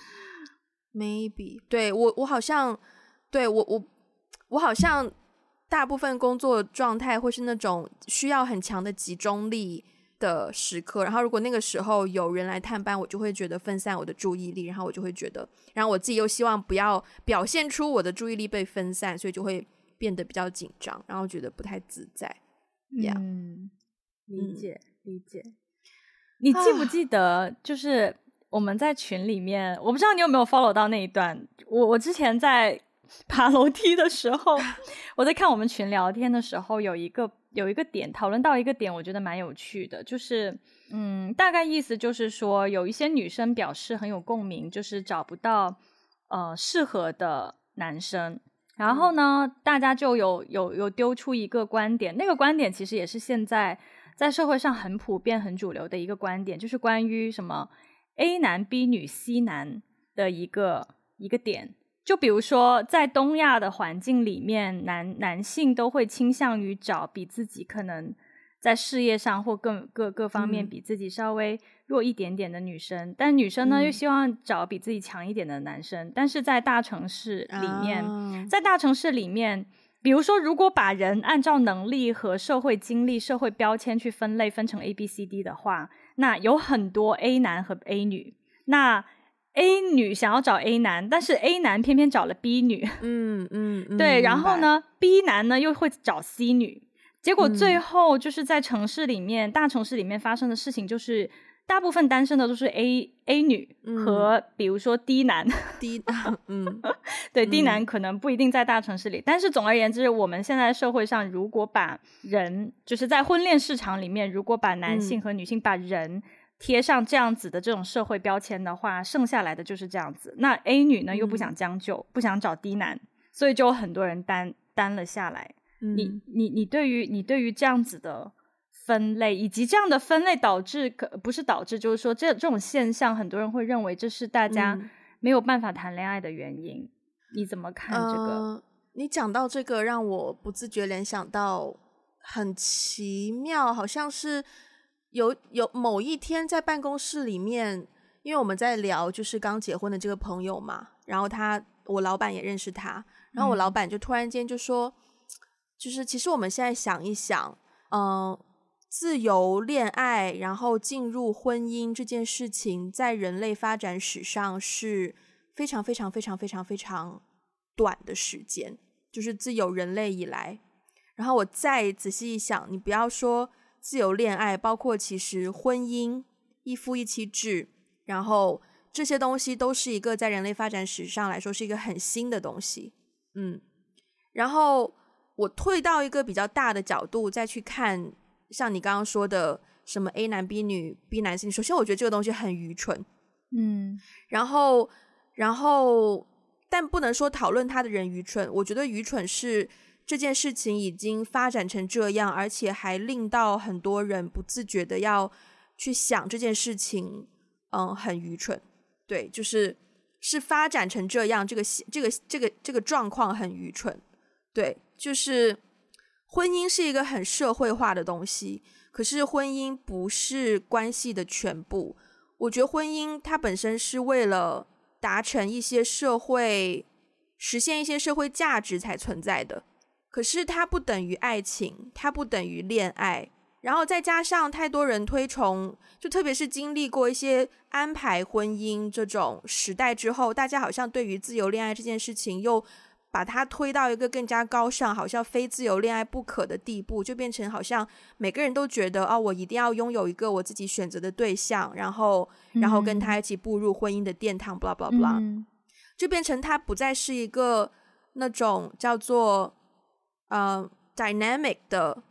maybe 对我我好像对我我我好像大部分工作状态会是那种需要很强的集中力的时刻，然后如果那个时候有人来探班，我就会觉得分散我的注意力，然后我就会觉得，然后我自己又希望不要表现出我的注意力被分散，所以就会变得比较紧张，然后觉得不太自在。 嗯， yeah. 理解、嗯、理解。你记不记得就是我们在群里面、啊、我不知道你有没有 follow 到那一段，我我之前在爬楼梯的时候我在看我们群聊天的时候，有一个有一个点讨论到一个点，我觉得蛮有趣的，就是嗯，大概意思就是说有一些女生表示很有共鸣，就是找不到呃适合的男生，然后呢大家就有有有丢出一个观点，那个观点其实也是现在在社会上很普遍很主流的一个观点，就是关于什么 A 男 B 女 C 男的一个一个点。就比如说在东亚的环境里面，男男性都会倾向于找比自己可能在事业上或各各各方面比自己稍微弱一点点的女生、嗯、但女生呢、嗯、又希望找比自己强一点的男生。但是在大城市里面、啊、在大城市里面，比如说如果把人按照能力和社会经历社会标签去分类，分成 A B C D 的话，那有很多 A 男和 A 女，那A 女想要找 A 男，但是 A 男偏偏找了 B 女， 嗯嗯嗯， 对，然后呢 B 男呢又会找 C 女，结果最后就是在城市里面、嗯、大城市里面发生的事情就是大部分单身的都是 A A 女和、嗯、比如说 D 男 D 嗯， 对、嗯、D 男可能不一定在大城市里，但是总而言之，我们现在社会上如果把人就是在婚恋市场里面，如果把男性和女性把人贴上这样子的这种社会标签的话，剩下来的就是这样子。那 A 女呢又不想将就、嗯、不想找 D 男，所以就有很多人单单了下来、嗯、你你你对于你对于这样子的分类，以及这样的分类导致不是导致就是说这这种现象，很多人会认为这是大家没有办法谈恋爱的原因、嗯、你怎么看这个、呃、 你讲到这个让我不自觉联想到很奇妙，好像是有有某一天在办公室里面，因为我们在聊就是刚结婚的这个朋友嘛，然后他我老板也认识他，然后我老板就突然间就说、嗯、就是其实我们现在想一想嗯、呃，自由恋爱然后进入婚姻这件事情在人类发展史上是非常非常非常非常非常短的时间，就是自有人类以来。然后我再仔细一想，你不要说自由恋爱，包括其实婚姻一夫一妻制，然后这些东西都是一个在人类发展史上来说是一个很新的东西。嗯，然后我退到一个比较大的角度再去看像你刚刚说的什么 A 男 B 女 B 男 C 女，首先我觉得这个东西很愚蠢， 嗯， 然后然后但不能说讨论他的人愚蠢，我觉得愚蠢是这件事情已经发展成这样，而且还令到很多人不自觉的要去想这件事情嗯，很愚蠢。对，就是是发展成这样，这个这个这个这个状况很愚蠢。对，就是婚姻是一个很社会化的东西，可是婚姻不是关系的全部。我觉得婚姻它本身是为了达成一些社会实现一些社会价值才存在的，可是它不等于爱情，它不等于恋爱，然后再加上太多人推崇，就特别是经历过一些安排婚姻这种时代之后，大家好像对于自由恋爱这件事情又把它推到一个更加高尚，好像非自由恋爱不可的地步，就变成好像每个人都觉得哦，我一定要拥有一个我自己选择的对象，然后然后跟他一起步入婚姻的殿堂 blah blah blah、嗯、就变成它不再是一个那种叫做呃 dynamic 的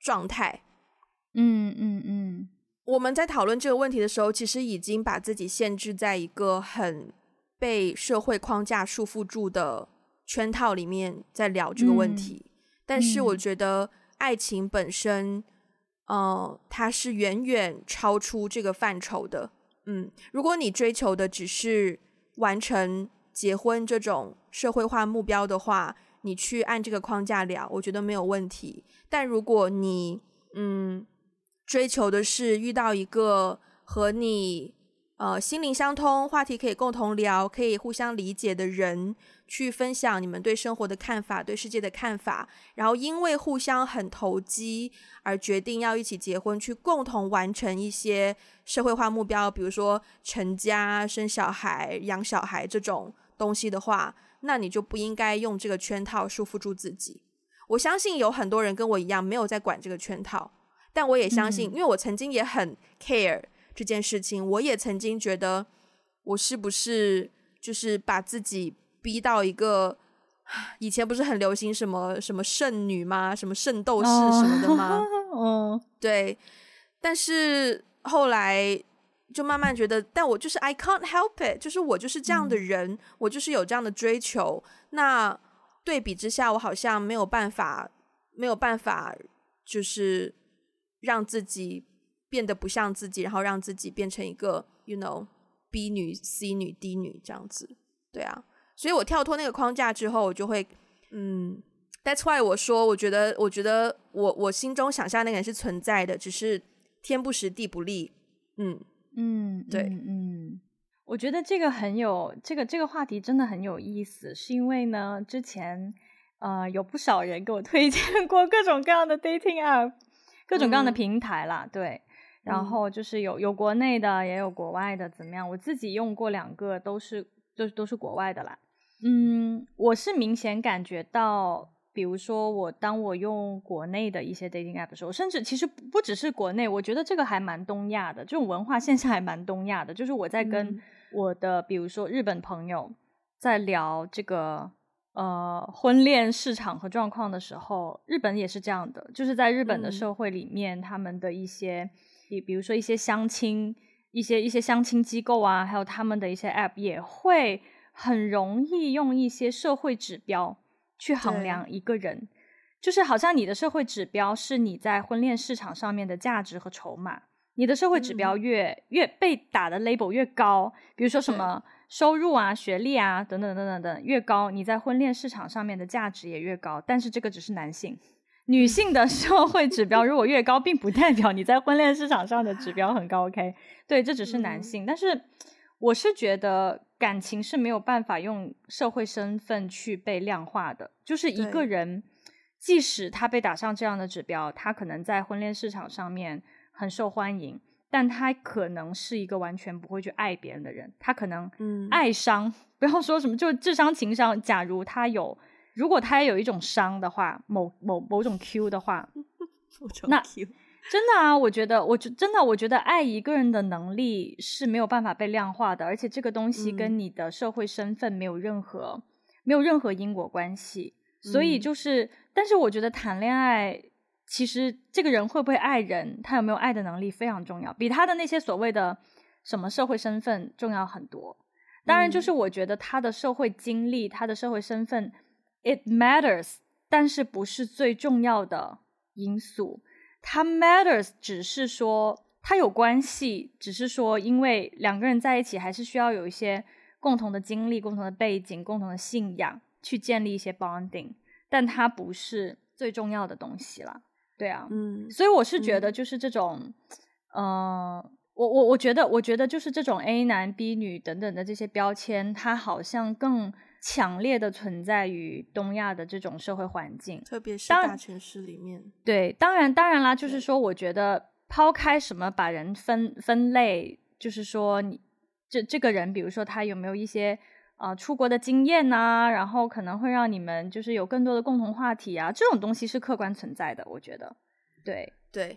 状态。 嗯嗯嗯， 我们在讨论这个问题的时候，其实已经把自己限制在一个很被社会框架束缚住的圈套里面在聊这个问题、嗯、但是我觉得爱情本身呃，它是远远超出这个范畴的。嗯，如果你追求的只是完成结婚这种社会化目标的话，你去按这个框架聊，我觉得没有问题。但如果你嗯追求的是遇到一个和你呃心灵相通，话题可以共同聊，可以互相理解的人，去分享你们对生活的看法，对世界的看法，然后因为互相很投机而决定要一起结婚，去共同完成一些社会化目标，比如说成家、生小孩、养小孩这种东西的话，那你就不应该用这个圈套束缚住自己。我相信有很多人跟我一样没有在管这个圈套，但我也相信、嗯、因为我曾经也很 care 这件事情，我也曾经觉得我是不是就是把自己逼到一个，以前不是很流行什么什么圣女吗？什么圣斗士什么的吗？ 哦， 对，但是后来就慢慢觉得，但我就是 I can't help it， 就是我就是这样的人、嗯、我就是有这样的追求，那对比之下我好像没有办法没有办法就是让自己变得不像自己，然后让自己变成一个 you know B 女 C 女 D 女这样子。对啊，所以我跳脱那个框架之后，我就会嗯 that's why 我说我觉得我觉得我我心中想象那个人是存在的，只是天不时地不利。嗯嗯， 对， 嗯嗯，我觉得这个很有这个这个话题真的很有意思，是因为呢之前呃有不少人给我推荐过各种各样的 dating app， 各种各样的平台啦、嗯、对，然后就是有有国内的也有国外的，怎么样，我自己用过两个，都是都都是国外的啦。嗯，我是明显感觉到，比如说我当我用国内的一些 dating app 的时候，甚至其实不只是国内，我觉得这个还蛮东亚的，这种文化现象还蛮东亚的，就是我在跟我的、嗯、比如说日本朋友在聊这个呃婚恋市场和状况的时候，日本也是这样的，就是在日本的社会里面、嗯、他们的一些比比如说一些相亲一些一些相亲机构啊，还有他们的一些 app 也会很容易用一些社会指标去衡量一个人，就是好像你的社会指标是你在婚恋市场上面的价值和筹码，你的社会指标越、嗯、越被打的 label 越高，比如说什么收入啊、学历啊等等等等等越高，你在婚恋市场上面的价值也越高，但是这个只是男性。女性的社会指标如果越高，并不代表你在婚恋市场上的指标很高，OK？ 对，这只是男性、嗯、但是我是觉得感情是没有办法用社会身份去被量化的，就是一个人即使他被打上这样的指标，他可能在婚恋市场上面很受欢迎，但他可能是一个完全不会去爱别人的人，他可能爱伤、嗯、不要说什么就智商情商，假如他有如果他有一种伤的话，某某某种 Q 的话那真的啊，我觉得我真的我觉得爱一个人的能力是没有办法被量化的，而且这个东西跟你的社会身份没有任何、嗯、没有任何因果关系，所以就是、嗯、但是我觉得谈恋爱其实这个人会不会爱人，他有没有爱的能力非常重要，比他的那些所谓的什么社会身份重要很多。当然就是我觉得他的社会经历、嗯、他的社会身份 it matters， 但是不是最重要的因素，它 matters 只是说它有关系，只是说因为两个人在一起还是需要有一些共同的经历、共同的背景、共同的信仰去建立一些 bonding， 但它不是最重要的东西啦。对啊，嗯，所以我是觉得就是这种、嗯、呃我我我觉得我觉得就是这种 A 男 B 女等等的这些标签，它好像更强烈的存在于东亚的这种社会环境， 特别是大城市里面。 对，当然当然啦，就是说我觉得抛开什么把人分分类，就是说你这这个人比如说他有没有一些呃出国的经验啊，然后可能会让你们就是有更多的共同话题啊，这种东西是客观存在的，我觉得。对对，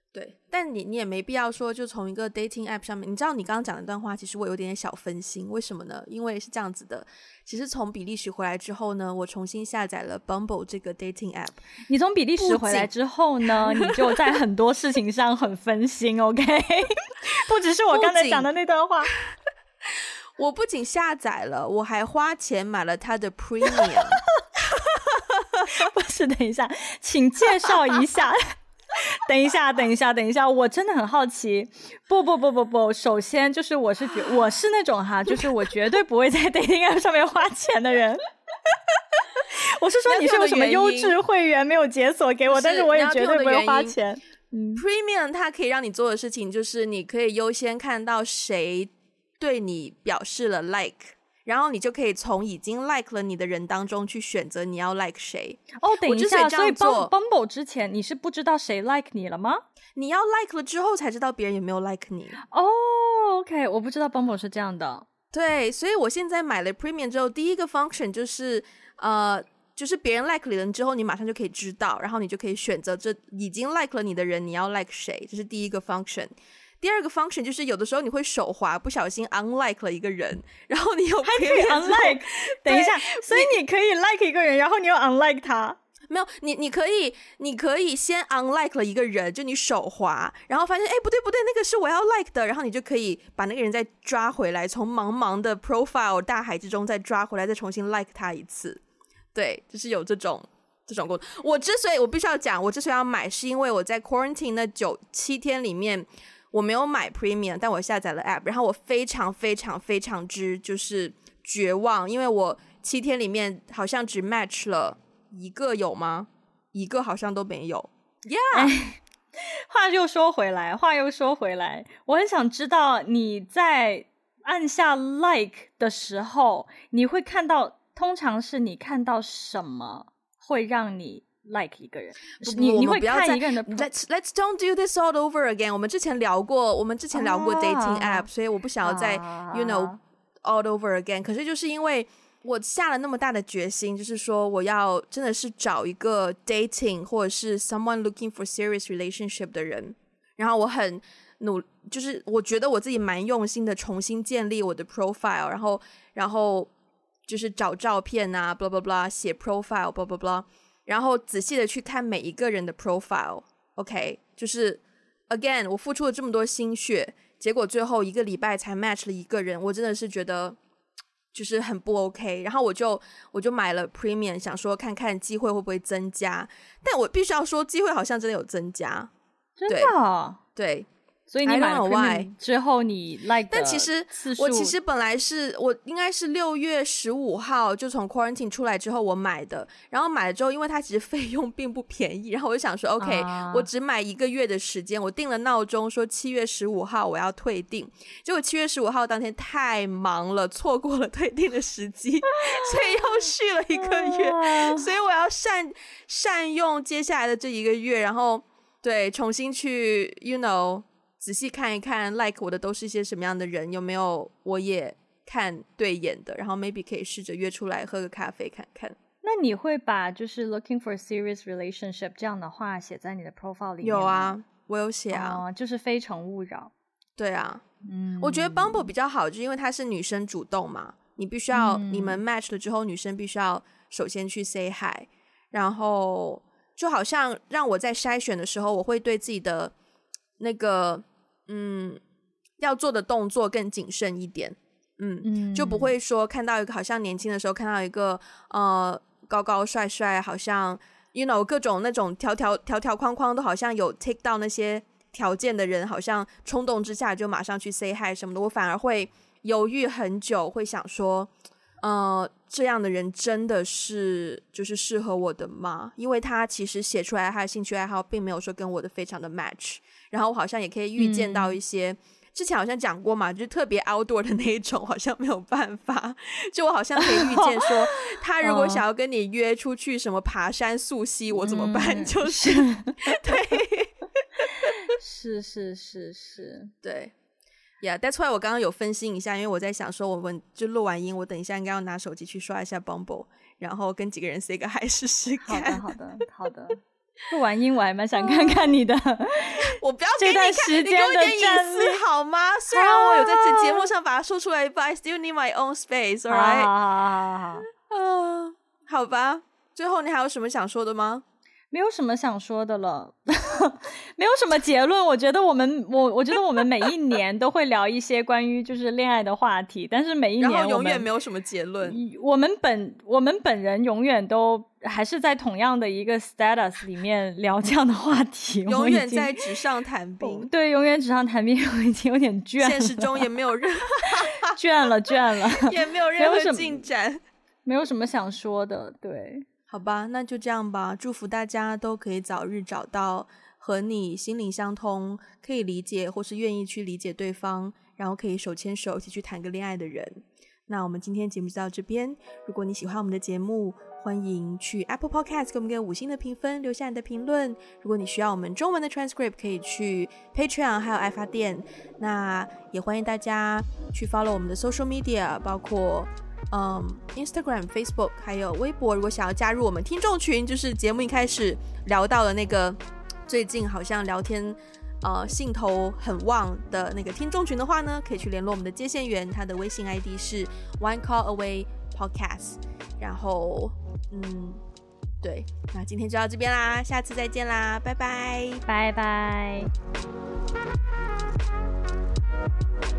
对，但你你也没必要说就从一个 dating app 上面，你知道你刚刚讲的那段话其实我有点小分心，为什么呢？因为是这样子的，其实从比利时回来之后呢，我重新下载了 Bumble 这个 dating app。 你从比利时回来之后呢，你就在很多事情上很分心OK 不只是我刚才讲的那段话我不仅下载了，我还花钱买了它的 premium 不是，等一下请介绍一下等一下等一下等一下我真的很好奇。不不不不不首先就是我是觉我是那种哈，就是我绝对不会在 dating app 上面花钱的人我是说你是有什么优质会员没有解锁给我，但是我也绝对不会花钱。 嗯、Premium 它可以让你做的事情就是你可以优先看到谁对你表示了 like， 然后你就可以从已经 like 了你的人当中去选择你要 like 谁。 哦，等一下，所以 Bumble 之前你是不知道谁 like 你了吗？ 你要 like 了之后才知道别人有没有 like 你。 哦 OK 我不知道 Bumble 是这样的。 对，所以我现在买了 Premium 之后，第一个 function 就是呃就是别人 like 你了之后你马上就可以知道，然后你就可以选择这已经 like 了你的人你要 like 谁，这是第一个 function。第二个 function 就是有的时候你会手滑不小心 unlike 了一个人，然后你有还可以 unlike 等一下，所以你可以 like 一个人然后你又 unlike 他？ 没有，你你可以你可以先 unlike 了一个人，就你手滑然后发现哎不对不对那个是我要 like 的，然后你就可以把那个人再抓回来，从茫茫的 profile 大海之中再抓回来，再重新 like 他一次。对，就是有这种这种功能。我之所以我必须要讲我之所以要买，是因为我在 quarantine 那九七天里面我没有买 premium， 但我下载了 app， 然后我非常非常非常之就是绝望，因为我七天里面好像只 match 了一个，有吗？一个好像都没有。 Yeah、 哎、话又说回来话又说回来我很想知道你在按下 like 的时候你会看到，通常是你看到什么会让你like 一个人？你你会看一个人的 let's, let's don't do this all over again。 我们之前聊过我们之前聊过 dating app、啊、所以我不想要再、啊、you know all over again。 可是就是因为我下了那么大的决心，就是说我要真的是找一个 dating 或者是 someone looking for serious relationship 的人，然后我很努就是我觉得我自己蛮用心的重新建立我的 profile， 然后然后就是找照片啊 blah blah blah 写 profile blah blah blah，然后仔细的去看每一个人的 profile。 OK， 就是 again 我付出了这么多心血，结果最后一个礼拜才 match 了一个人，我真的是觉得就是很不 OK。 然后我就我就买了 premium， 想说看看机会会不会增加，但我必须要说机会好像真的有增加。 真的？ 对， 所以你买了 premium 之后你 like 但其实我其实本来是我应该是六月十五号就从 quarantine 出来之后我买的，然后买了之后因为它其实费用并不便宜，然后我就想说 OK、啊、我只买一个月的时间，我定了闹钟说七月十五号我要退订，结果七月十五号当天太忙了，错过了退订的时机所以又续了一个月、啊、所以我要善善用接下来的这一个月，然后对重新去 you know仔细看一看 like 我的都是一些什么样的人，有没有我也看对眼的，然后 maybe 可以试着约出来喝个咖啡看看。 那你会把就是 looking for serious relationship 这样的话写在你的 profile 里面吗？ 有啊，我有写啊、 哦、就是非诚勿扰。 对啊，嗯，我觉得 Bumble 比较好，就因为它是女生主动嘛，你必须要、嗯、你们 match 了之后女生必须要首先去 say hi， 然后就好像让我在筛选的时候我会对自己的那个嗯要做的动作更谨慎一点， 嗯, 嗯就不会说看到一个好像年轻的时候看到一个呃高高帅帅好像 you know 各种那种条条条条框框都好像有 take 到那些条件的人，好像冲动之下就马上去 say hi 什么的，我反而会犹豫很久，会想说呃这样的人真的是就是适合我的吗？因为他其实写出来他的兴趣爱好并没有说跟我的非常的 match， 然后我好像也可以预见到一些、嗯、之前好像讲过嘛，就是特别 outdoor 的那一种好像没有办法，就我好像可以预见说他如果想要跟你约出去什么爬山溯溪我怎么办、嗯、就是对是是是是对Yeah, that's why 我刚刚有分心一下，因为我在想说我们就录完音我等一下应该要拿手机去刷一下 Bumble， 然后跟几个人 say 个 hi 试试看。 好的好的好的录完音我还蛮想看看你的我不要给你看， 时间的你给我一点隐私好吗？虽然我有在这节目上把它说出来 but I still need my own space, alright? 好好好好好、uh, 好吧，最后你还有什么想说的吗？ 没有什么想说的了没有什么结论。我觉得我们我我觉得我们每一年都会聊一些关于就是恋爱的话题，但是每一年我们然后永远没有什么结论。 我们本我们本人永远都还是在同样的一个 status 里面聊这样的话题永远在纸上谈兵。 对，永远纸上谈兵，我已经有点倦了， 现实中也没有任倦了倦了也没有任何进展， 没有什么想说的。对， 好吧，那就这样吧。祝福大家都可以早日找到和你心灵相通，可以理解或是愿意去理解对方，然后可以手牵手一起去谈个恋爱的人。那我们今天节目就到这边。如果你喜欢我们的节目，欢迎去 Apple Podcast 给我们个五星的评分，留下你的评论。如果你需要我们中文的 transcript， 可以去 Patreon 还有爱发电。那也欢迎大家去 follow 我们的 social media， 包括嗯 Instagram、Facebook 还有微博。如果想要加入我们听众群，就是节目一开始聊到了那个最近好像聊天呃兴头很旺的那个听众群的话呢，可以去联络我们的接线员，他的微信 I D 是 One Call Away Podcast。 然后嗯对，那今天就到这边啦，下次再见啦，拜拜拜拜。